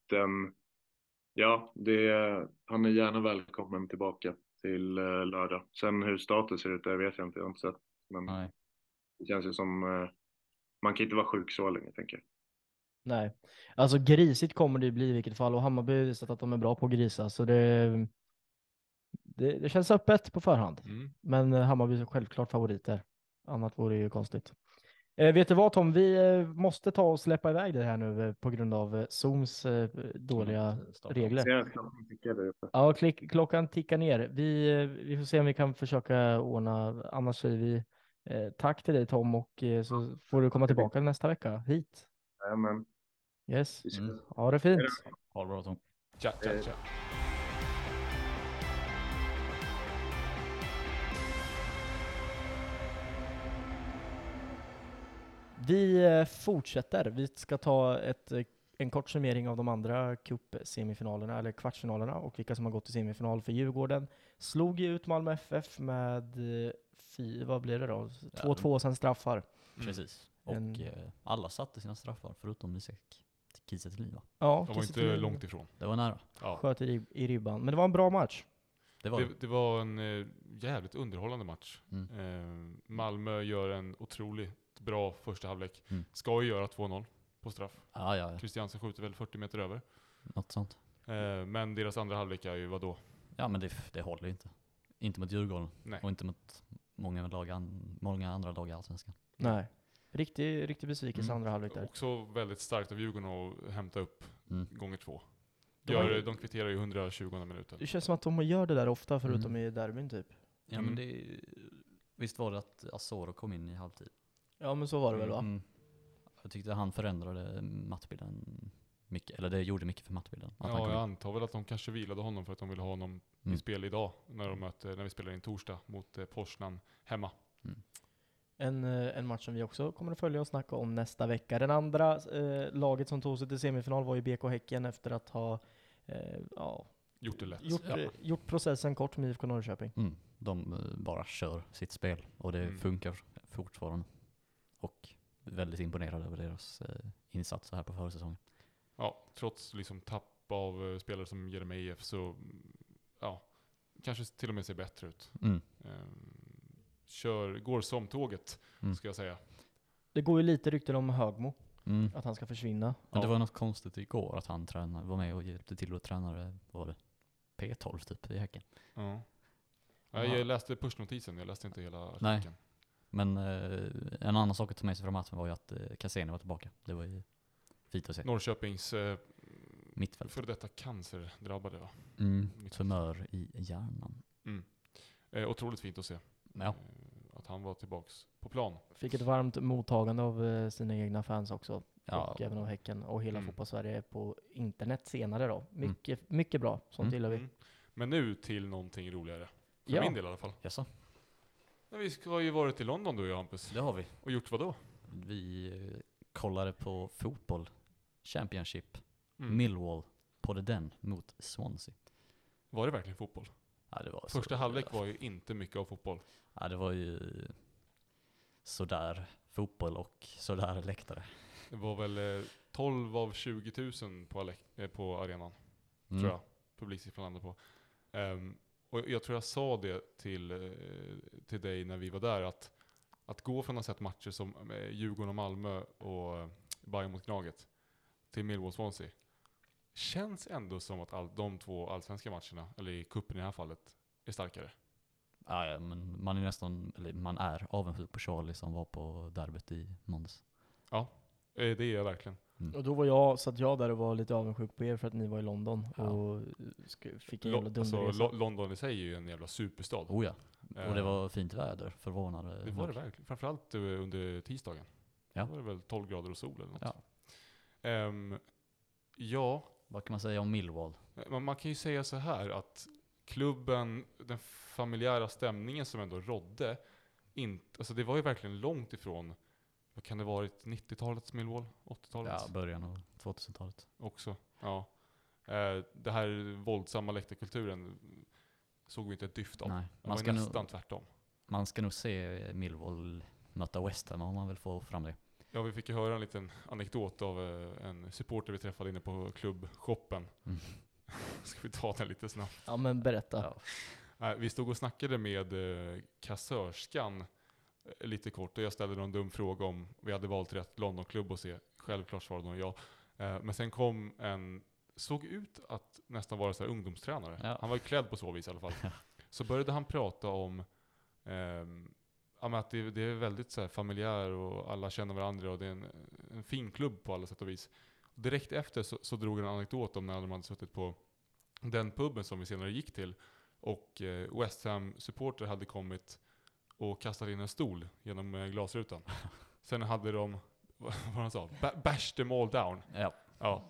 han är gärna välkommen tillbaka till lördag. Sen hur status ser ut, det vet jag inte. Jag har inte sett. Men det känns ju som man kan inte vara sjuk så länge, tänker jag. Nej, alltså grisigt kommer det bli i vilket fall, och Hammarby har visat att de är bra på grisa, så det känns öppet på förhand. Men Hammarby är självklart favoriter. Annat vore ju konstigt. Vet du vad, Tom? Vi måste ta och släppa iväg det här nu på grund av Zooms dåliga regler. Ja, klockan tickar ner. Vi får se om vi kan försöka ordna. Annars säger vi tack till dig, Tom, och så får du komma tillbaka nästa vecka hit. Jajamän. Yes. Ha det fint. Ha det bra, Tom. Tja. Vi fortsätter. Vi ska ta en kort summering av de andra cup-semifinalerna eller kvartsfinalerna och vilka som har gått till semifinal. För Djurgården slog ju ut Malmö FF med vad blev det då? 2-2 sen straffar. Precis. Och alla satte sina straffar förutom Lisek. Kiese Thelin, va? Ja, De var Kiese inte Thelin långt ifrån. Det var nära. Ja. sköt i ribban. Men det var en bra match. Det var Det var en jävligt underhållande match. Mm. Malmö gör en otroligt bra första halvlek. Mm. Ska ju göra 2-0 på straff. Ja. Christiansen skjuter väl 40 meter över. Något sånt. Men deras andra halvlek är ju vadå? Ja, men det håller ju inte. Inte mot Djurgården. Nej. Och inte mot många andra lag i Allsvenskan. Nej. Riktig besvikelse andra halvlek där. Också väldigt starkt av Djurgården att hämta upp gånger 2. De kvitterar ju 120 minuter. Det känns som att de gör det där ofta förutom i derbyn typ. Ja, men visst var det att Asoro kom in i halvtid? Ja, men så var det väl, va? Jag tyckte han förändrade matchbilden mycket. Eller det gjorde mycket för matchbilden. Ja, jag antar väl att de kanske vilade honom för att de ville ha honom i spel idag. När vi spelar in torsdag mot Poznan hemma. En match som vi också kommer att följa och snacka om nästa vecka. Den andra laget som tog sig till semifinal var ju BK Häcken efter att ha gjort det lätt. Gjort processen kort med IFK Norrköping. De bara kör sitt spel och det funkar fortfarande. Och väldigt imponerad över deras insatser här på försäsongen. Ja, trots liksom tapp av spelare som Jeremejeff så kanske till och med ser bättre ut. Går som tåget, ska jag säga. Det går ju lite rykten om Högmo. Att han ska försvinna. Men det var något konstigt igår att han var med och hjälpte till att träna. Var det P12 typ i Häcken? Ja. Jag läste push-notisen, jag läste inte hela artikeln. Nej. Men en annan sak att ta med sig från matchen var ju att Cassini var tillbaka. Det var ju fint att se. Norrköpings mittfält. för detta cancerdrabbade, va? Tumör i hjärnan. Otroligt fint att se. Ja. Att han var tillbaks på plan. Fick ett varmt mottagande av sina egna fans också. Ja. Och även av Häcken och hela fotbollssverige på internet senare då. Mycket bra, sånt gillar vi. Men nu till någonting roligare. För min del i alla fall. Jaså? Men vi ska ju varit i London då, Hampus. Det har vi. Och gjort vad då? Vi kollade på fotboll. Championship. Millwall på den mot Swansea. Var det verkligen fotboll? Ja, det var första halvlek var ju inte mycket av fotboll. Ja, det var ju sådär fotboll och sådär läktare. Det var väl 12 av 20 000 på arenan, tror jag. Publiksiffran landade på. Och jag tror jag sa det till dig när vi var där, att gå från att ha sett matcher som Djurgården och Malmö och Bayern mot Gnaget till Millwall Swansea känns ändå som att de två allsvenska matcherna, eller i kuppen i det här fallet, är starkare. Ja, men man är avundsjuk på Charlie som var på derbyt i måndags. Ja, det är jag verkligen. Och då satt jag där och var lite avundsjuk på er för att ni var i London och fick en jävla dunderresa. London i sig är ju en jävla superstad. Oh ja, och det var fint väder, förvånade. Det var det verkligen, framförallt under tisdagen. Ja. Då var det väl 12 grader och sol eller något. Ja. Vad kan man säga om Millwall? Man kan ju säga så här att klubben, den familjära stämningen som ändå rådde, alltså det var ju verkligen långt ifrån, vad kan det varit, 90-talets Millwall? 80-talet? Ja, början av 2000-talet. Också, ja. Det här våldsamma läktarkulturen såg vi inte ett dyft av. Nej, man ska nästan tvärtom. Man ska nog se Millwall möta West Ham om man vill få fram det. Ja, vi fick ju höra en liten anekdot av en supporter vi träffade inne på klubbshoppen. Ska vi ta den lite snabbt? Ja, men berätta. Ja. Vi stod och snackade med kassörskan lite kort och jag ställde någon dum fråga om vi hade valt rätt Londonklubb att se. Självklart svarade hon ja. Men sen kom såg ut att nästan vara så här ungdomstränare. Ja. Han var ju klädd på så vis i alla fall. Så började han prata om att det är väldigt så här familjär och alla känner varandra och det är en fin klubb på alla sätt och vis. Och direkt efter så drog en anekdot om när de hade suttit på den puben som vi senare gick till och West Ham-supporter hade kommit och kastat in en stol genom glasrutan. Sen hade de, vad han sa, bash them all down. Ja.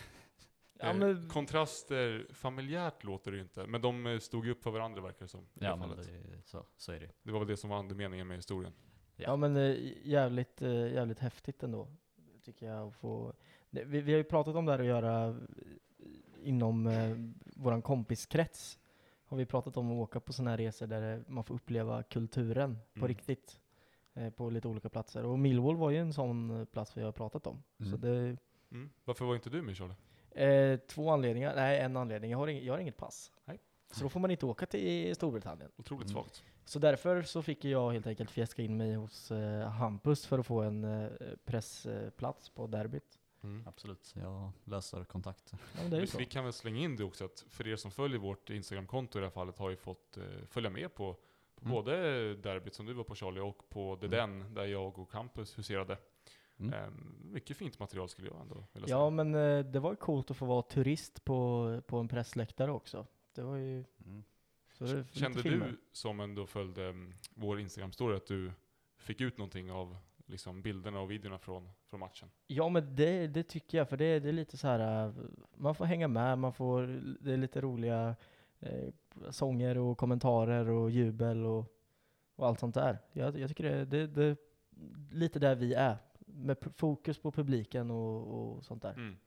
Kontraster, familjärt låter det inte, men de stod upp för varandra verkar det som. Ja, men så är det. Det var väl det som var andemeningen med historien. Ja, men jävligt häftigt ändå, tycker jag. Vi har ju pratat om det här att göra inom våran kompiskrets. Har vi pratat om att åka på såna här resor där man får uppleva kulturen på riktigt på lite olika platser. Och Millwall var ju en sån plats vi har pratat om. Så Varför var inte du med, Charlie? 2 anledningar. Nej, en anledning. Jag har inget pass. Nej. Så då får man inte åka till Storbritannien. Otroligt svagt. Så därför så fick jag helt enkelt fjäska in mig hos Hampus för att få en pressplats på derbyt. Absolut, jag löser kontakter. Ja, det är ju så. Vi kan väl slänga in det också, att för er som följer vårt Instagram-konto i det här fallet har ju fått följa med på både derbyt som du var på, Charlie, och på Den där jag och Hampus huserade. Mycket fint material skulle jag ändå vilja säga. Ja, men det var ju coolt att få vara turist på en pressläktare också. Det var ju... Så det är Kände lite filmer. du som ändå följde vår Instagram-story att du fick ut någonting av liksom bilderna och videorna från matchen? Ja, men det tycker jag, för det är lite så här, man får hänga med, det är lite roliga sånger och kommentarer och jubel och allt sånt där. Jag tycker det är lite där vi är, med fokus på publiken och sånt där.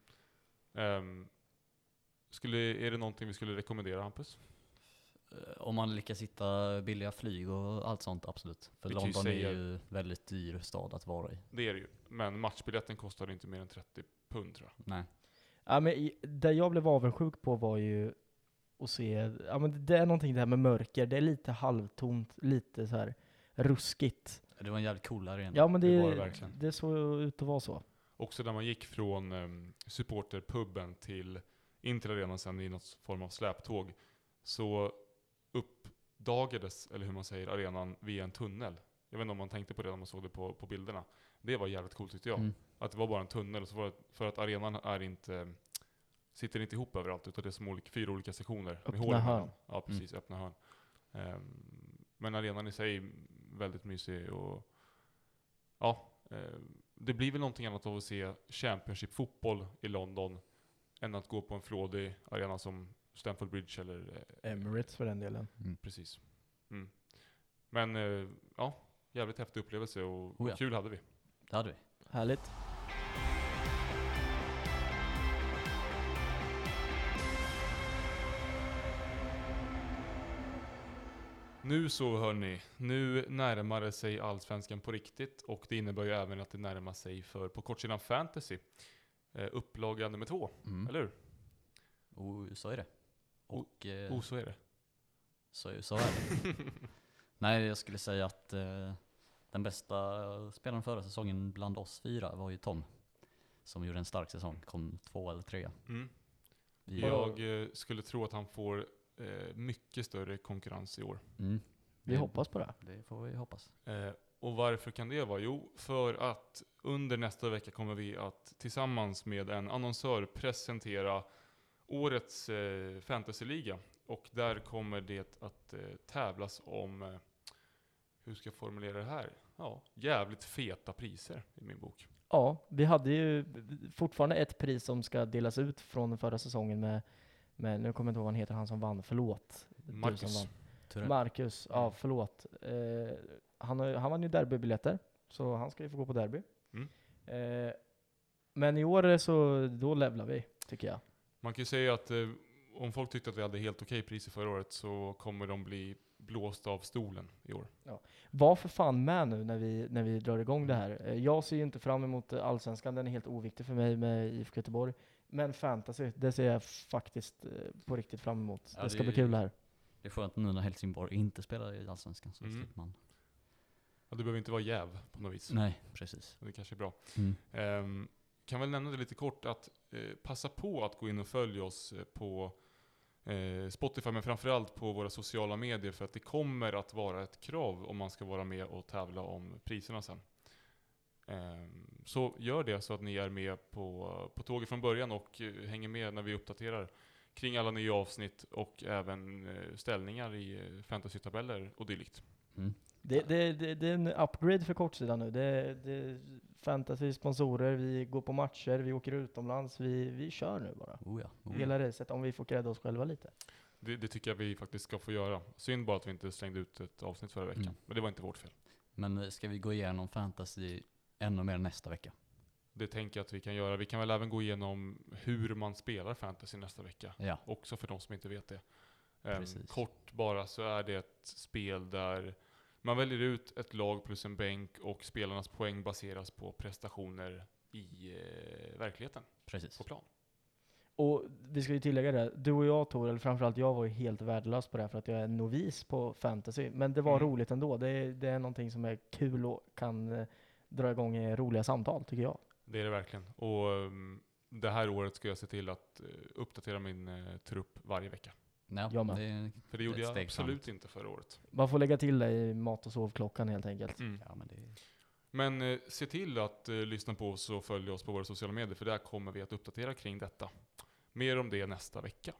Är det någonting vi skulle rekommendera, Hampus? Om man lyckas hitta billiga flyg och allt sånt, absolut. För London är ju väldigt dyr stad att vara i. Det är det ju. Men matchbiljetten kostade inte mer än 30 pund, tror jag. Nej. Ja, men det jag blev avundsjuk på var ju att se, ja men det är någonting det här med mörker, det är lite halvtomt, lite så här ruskigt. Det var en jävligt cool arena. Ja, men det var det verkligen. Det såg ut att vara så. Också när man gick från supporterpubben in till arenan sen i något form av släptåg, så uppdagades, eller hur man säger, arenan via en tunnel. Jag vet inte om man tänkte på det när man såg det på bilderna. Det var jävligt coolt, tyckte jag. Att det var bara en tunnel, så för att arenan sitter inte ihop överallt, utan det är som 4 olika sektioner. Öppna hörn. Ja, precis. Öppna hörn. Men arenan i sig väldigt mysig. Och ja, det blir väl någonting annat av att se Championship-fotboll i London än att gå på en flådig arena som Stamford Bridge eller Emirates för den delen. Precis. Men ja, jävligt häftig upplevelse och kul hade vi. Det hade vi. Härligt. Nu så hörni, nu närmar det sig Allsvenskan på riktigt, och det innebär ju även att det närmar sig för på kortsidan Fantasy. Upplaga nummer 2, eller hur? Så är det. Och, så är det. Så är det. Nej, jag skulle säga att den bästa spelaren förra säsongen bland oss 4 var ju Tom. Som gjorde en stark säsong, kom 2 eller 3. Jag skulle tro att han får mycket större konkurrens i år. Vi hoppas på det. Det får vi hoppas. Och varför kan det vara? Jo, för att under nästa vecka kommer vi att tillsammans med en annonsör presentera årets fantasyliga. Och där kommer det att tävlas om, hur ska jag formulera det här? Ja, jävligt feta priser i min bok. Ja, vi hade ju fortfarande ett pris som ska delas ut från förra säsongen med nu kommer jag inte ihåg vad han heter, han som vann, förlåt. Marcus, ja förlåt. Han vann ju derbybiljetter, så han ska ju få gå på derby. Men i år så, då levlar vi, tycker jag. Man kan ju säga att om folk tyckte att vi hade helt okej priser förra året, så kommer de bli blåsta av stolen i år. Ja. Var för fan med nu när vi drar igång det här. Jag ser ju inte fram emot Allsvenskan, den är helt oviktig för mig med IFK Göteborg. Men fantasy, det ser jag faktiskt på riktigt fram emot. Ja, det ska bli kul här. Det är skönt nu när Helsingborg inte spelar i Allsvenskan, så slipper man. Ja, du behöver inte vara jäv på något vis. Nej, precis. Det kanske är bra. Kan väl nämna det lite kort att passa på att gå in och följa oss på Spotify, men framförallt på våra sociala medier, för att det kommer att vara ett krav om man ska vara med och tävla om priserna sen. Så gör det så att ni är med på tåget från början och hänger med när vi uppdaterar kring alla nya avsnitt och även ställningar i fantasy-tabeller och dylikt. Det är en upgrade för kortsidan nu. Det är fantasy-sponsorer, vi går på matcher, vi åker utomlands, vi kör nu bara. Hela racet, om vi får grädda oss själva lite. Det tycker jag vi faktiskt ska få göra. Synd bara att vi inte slängde ut ett avsnitt förra veckan. Men det var inte vårt fel. Men ska vi gå igenom fantasy ännu mer nästa vecka? Det tänker jag att vi kan göra. Vi kan väl även gå igenom hur man spelar fantasy nästa vecka. Ja. Också för de som inte vet det. Kort bara, så är det ett spel där man väljer ut ett lag plus en bänk och spelarnas poäng baseras på prestationer i verkligheten. Precis. På plan. Och vi ska ju tillägga det, du och jag Tor, eller framförallt jag var ju helt värdelös på det här för att jag är novis på fantasy. Men det var roligt ändå. Det är någonting som är kul och kan dra igång roliga samtal tycker jag. Det är det verkligen. Och det här året ska jag se till att uppdatera min trupp varje vecka. Ja, Jag med. För det gjorde jag absolut inte förra året. Man får lägga till det i mat- och sovklockan helt enkelt. Ja, men det... Men se till att lyssna på oss och följa oss på våra sociala medier, för där kommer vi att uppdatera kring detta. Mer om det nästa vecka.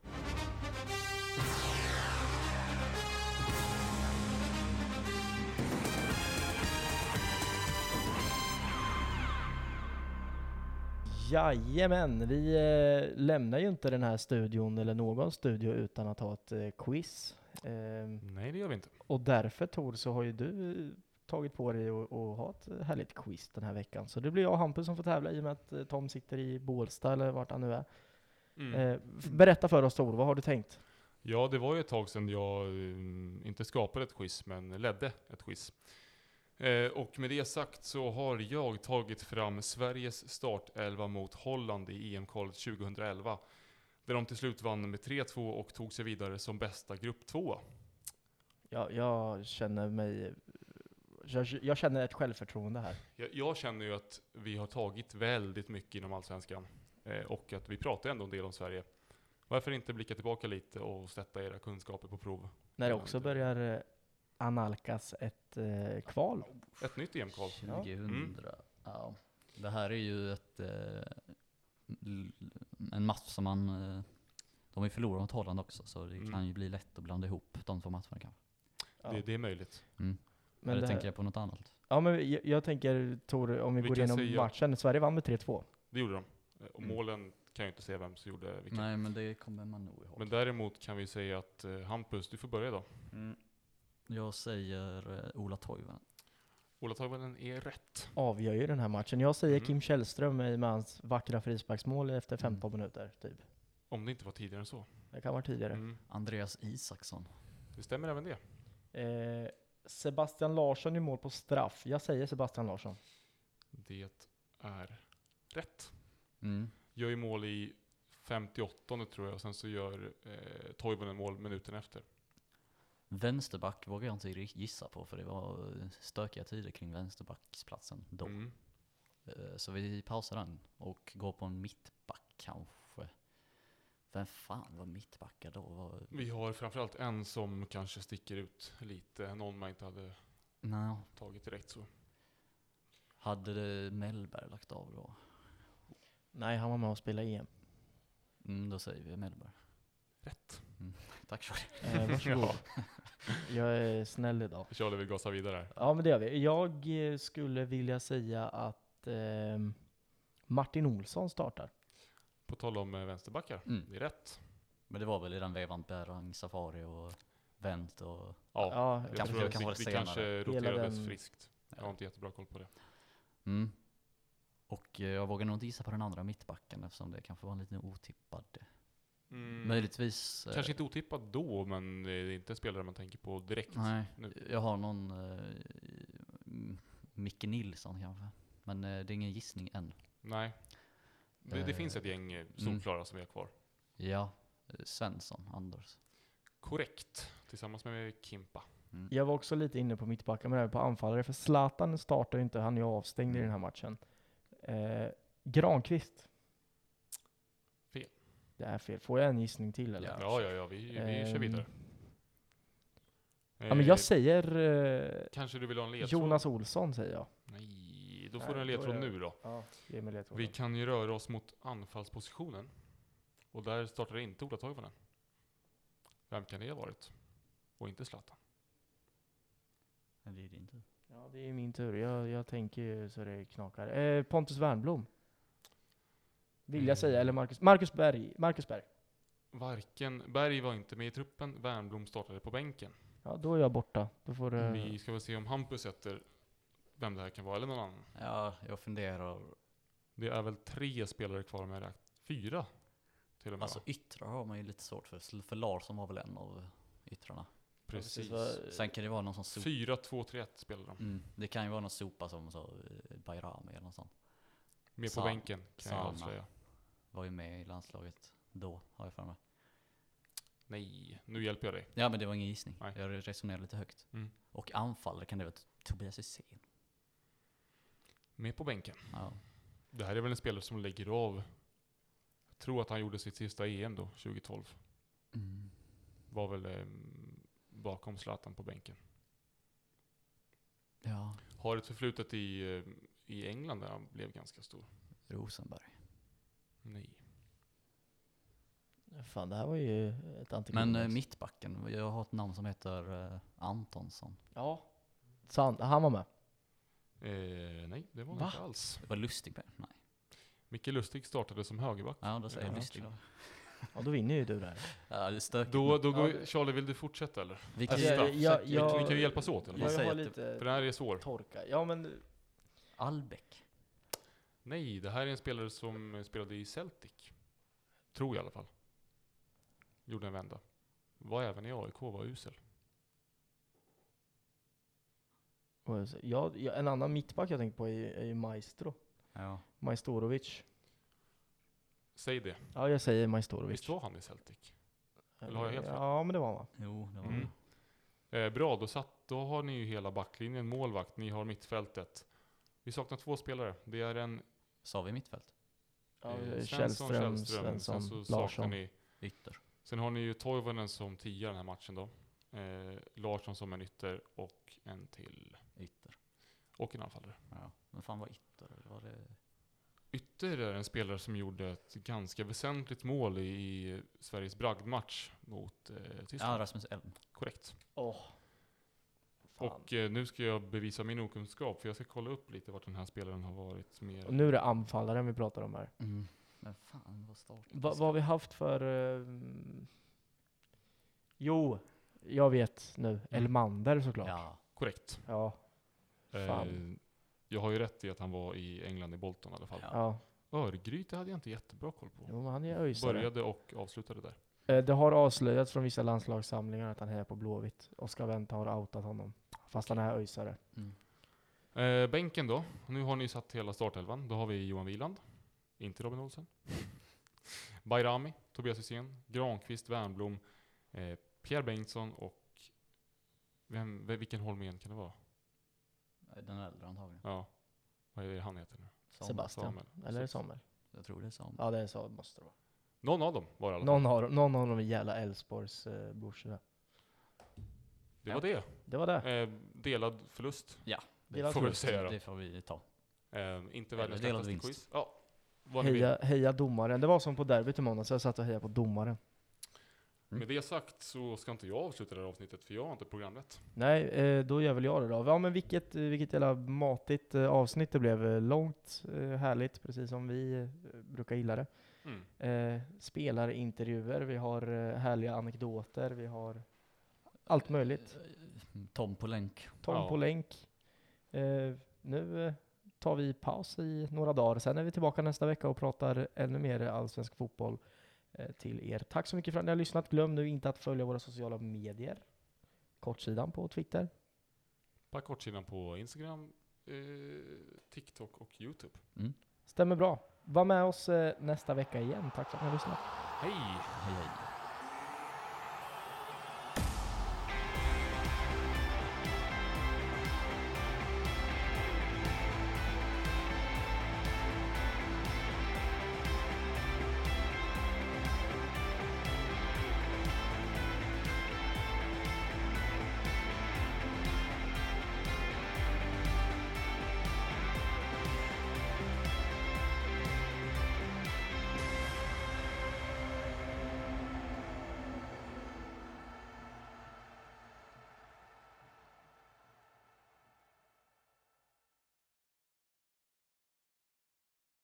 Jajamän, vi lämnar ju inte den här studion eller någon studio utan att ha ett quiz. Nej, det gör vi inte. Och därför Tor, så har ju du tagit på dig att ha ett härligt quiz den här veckan. Så det blir jag och Hampus som får tävla i och med att Tom sitter i Bålsta eller vart han nu är. Berätta för oss Tor, vad har du tänkt? Ja, det var ju ett tag sedan jag inte skapade ett quiz, men ledde ett quiz. Och med det sagt så har jag tagit fram Sveriges startelva mot Holland i EM-kvalet 2011. Där de till slut vann med 3-2 och tog sig vidare som bästa grupp 2. Ja, jag känner mig... Jag känner ett självförtroende här. Jag känner ju att vi har tagit väldigt mycket inom Allsvenskan. Och att vi pratar ändå en del om Sverige. Varför inte blicka tillbaka lite och sätta era kunskaper på prov? När det också börjar analkas ett kval. Ett nytt EM-kval. 2000. Ja. Det här är ju en match som de har ju förlorat mot Holland också, så det kan ju bli lätt att blanda ihop de två matcherna kanske. Ja. Det är möjligt. Men eller tänker jag på något annat? Ja, men jag tänker Tor, om vi går igenom matchen. Sverige vann med 3-2. Det gjorde de. Och målen kan jag inte säga vem som gjorde vilket. Nej, men det kommer man nog ihåg. Men däremot kan vi säga att Hampus, du får börja då. Jag säger Ola Toivonen. Ola Toivonen är rätt. Avgör ju den här matchen. Jag säger Kim Källström med hans vackra frisparksmål efter 15 minuter typ. Om det inte var tidigare än så. Det kan vara tidigare. Andreas Isaksson. Det stämmer även det. Sebastian Larsson i mål på straff. Jag säger Sebastian Larsson. Det är rätt. Gör ju mål i 58 tror jag, och sen så gör Toivonen mål minuten efter. Vänsterback vågar jag inte gissa på, för det var stökiga tider kring vänsterbacksplatsen då. Så vi pausar den och går på en mittback kanske. Vem fan var mittbackar då? Vi har framförallt en som kanske sticker ut lite. Någon man inte hade tagit direkt så. Hade det Mellberg lagt av då? Nej, han var med och spelade EM. Då säger vi Mellberg. Rätt. Tack Charlie. Varsågod. Jag är snäll idag. Charlie vill gasa vidare. Ja, men det gör vi. Jag skulle vilja säga att Martin Olsson startar. På tal om vänsterbackar. Det är rätt. Men det var väl i den vevan Berang, Safari och Wendt och... Ja, jag tror vi kanske roterades friskt. Jag har inte jättebra koll på det. Och jag vågar nog inte gissa på den andra mittbacken eftersom det kanske var en lite otippad. Möjligtvis... Kanske inte otippad då, men det är inte spelare man tänker på direkt. Nej, nu. Jag har någon Micke Nilsson kanske. Men det är ingen gissning än. Nej. Det finns ett gäng solklara som vi har kvar. Ja, Svensson, Anders. Korrekt, tillsammans med Kimpa. Jag var också lite inne på mittbacken, men även på anfallare. För Zlatan startar ju inte, han är ju avstängd i den här matchen. Granqvist. Fel. Det är fel. Får jag en gissning till eller? Ja, vi kör vidare. Ja, men jag säger... kanske du vill ha en ledtråd? Jonas Olsson säger jag. Nej, då får du en ledtråd nu då. Ja, ge mig ledtråd. Vi kan ju röra oss mot anfallspositionen. Och där startar inte Ola Toivonen. Vem kan det ha varit? Och inte Zlatan. Det är din tur. Ja, det är min tur. Jag tänker ju så det knakar. Pontus Wernbloom. Vill jag säga, eller Marcus Berg. Varken Berg var inte med i truppen. Wernbloom startade på bänken. Ja, då är jag borta. Då får det... Vi ska väl se om Hampus sätter vem det här kan vara, eller någon annan. Ja, jag funderar. Det är väl 3 spelare kvar med 4 till och med. Alltså yttrar har man ju lite svårt för Larsson var väl en av yttrarna. Precis. Sen kan det vara någon som 4-2-3-1 spelar de. Det kan ju vara någon sopa som så Bayrami eller något sånt. Med på bänken kan jag avslöja. Var ju med i landslaget då, har jag för mig. Nej, nu hjälper jag dig. Ja, men det var ingen gissning. Nej. Jag resonerade lite högt. Mm. Och anfallare kan det vara Tobias Hysén. Med på bänken. Ja. Det här är väl en spelare som lägger av. Jag tror att han gjorde sitt sista EM då, 2012. Mm. Var väl bakom Zlatan på bänken. Ja. Har ett förflutet i England där han blev ganska stor. Rosenberg. Nej. Fan, det här var ju ett antiklimax. Men mittbacken, jag har ett namn som heter Antonsson. Ja. Sant, han var med. Nej, det var han inte alls. Det var Lustig på. Nej. Micke Lustig startade som högerback. Ja, då säger jag Lustig då. Ja, då vinner ju du där. Ja, det är stökigt. Då går, Charlie, vill du fortsätta eller? Vi kan, vi kan ju hjälpas åt. Eller? Jag har lite för det här är svår. torka. Ja, men... Albeck. Nej, det här är en spelare som spelade i Celtic. Tror jag i alla fall. Gjorde en vända. Var även i AIK, var usel. Ja, en annan mittback jag tänkte på är ju Maestro. Ja. Majstorovic. Säg det. Ja, jag säger Majstorovic. Visst var han i Celtic? Eller har jag helt fel? Ja, men det var han, va? Jo, det var han. Bra, då har ni ju hela backlinjen, målvakt, ni har mittfältet. Vi saknar 2 spelare. Det är en... Sa vi mittfält? Ja, Källström. Svensson, Sen så Larsson. saknar ni... Ytter. Sen har ni ju Toivonen som 10 den här matchen då. Larsson som en ytter och en till. Ytter. Och en anfallare. Ja, men fan var ytter? Var det... Ytter är en spelare som gjorde ett ganska väsentligt mål i Sveriges bragdmatch mot Tyskland. Ja, Rasmus Elm. Korrekt. Fan. Och nu ska jag bevisa min okunskap, för jag ska kolla upp lite vart den här spelaren har varit mer. Och nu är det anfallaren vi pratar om här. Mm. Men fan, vad starten. Vad har vi haft för... Jo, jag vet nu. Elmander såklart. Ja. Korrekt. Ja. Fan. Jag har ju rätt i att han var i England i Bolton i alla fall. Ja. Örgryte hade jag inte jättebra koll på. Jo, men han är öjsare. Började och avslutade där. Det har avslöjats från vissa landslagssamlingar att han är på Blåvitt. Oskar Wendt har outat honom. Fast han är öjsare. Mm. Bänken då. Nu har ni satt hela startelvan. Då har vi Johan Wieland. Inte Robin Olsen. Bayrami, Tobias Hysén, Granqvist, Wernbloom, Pierre Bengtsson och vilken Holmén kan det vara? Den äldre antagligen. Ja. Vad är det han heter nu? Sebastian. Samuel. Eller är det Samuel? Jag tror det är Samuel. Ja, det är så. Måste det vara. Någon av dem var det i alla fall. Någon av de jävla Elfsborgs brorsor. Det var det. Det var det. Delad förlust. Ja, Delad får vi förlust. säga då. Det får vi ta. Inte världens delad lättaste vinst. quiz. Ja. Vad ni vill. Heja domaren. Det var som på derbyt i måndags, så jag satt och hejade på domaren. Med det sagt så ska inte jag avsluta det här avsnittet, för jag har inte programmet. Nej, då gör väl jag det då. Ja, men vilket jävla matigt avsnitt det blev. Långt, härligt, precis som vi brukar gilla det. Spelarintervjuer, vi har härliga anekdoter, vi har allt möjligt. Tom på länk. Tom på länk. Nu tar vi paus i några dagar. Sen är vi tillbaka nästa vecka och pratar ännu mer allsvensk fotboll till er. Tack så mycket för att ni har lyssnat. Glöm nu inte att följa våra sociala medier. Kortsidan på Twitter. På kortsidan på Instagram, TikTok och YouTube. Stämmer bra. Var med oss nästa vecka igen. Tack för att ni har lyssnat. Hej! Hej, hej.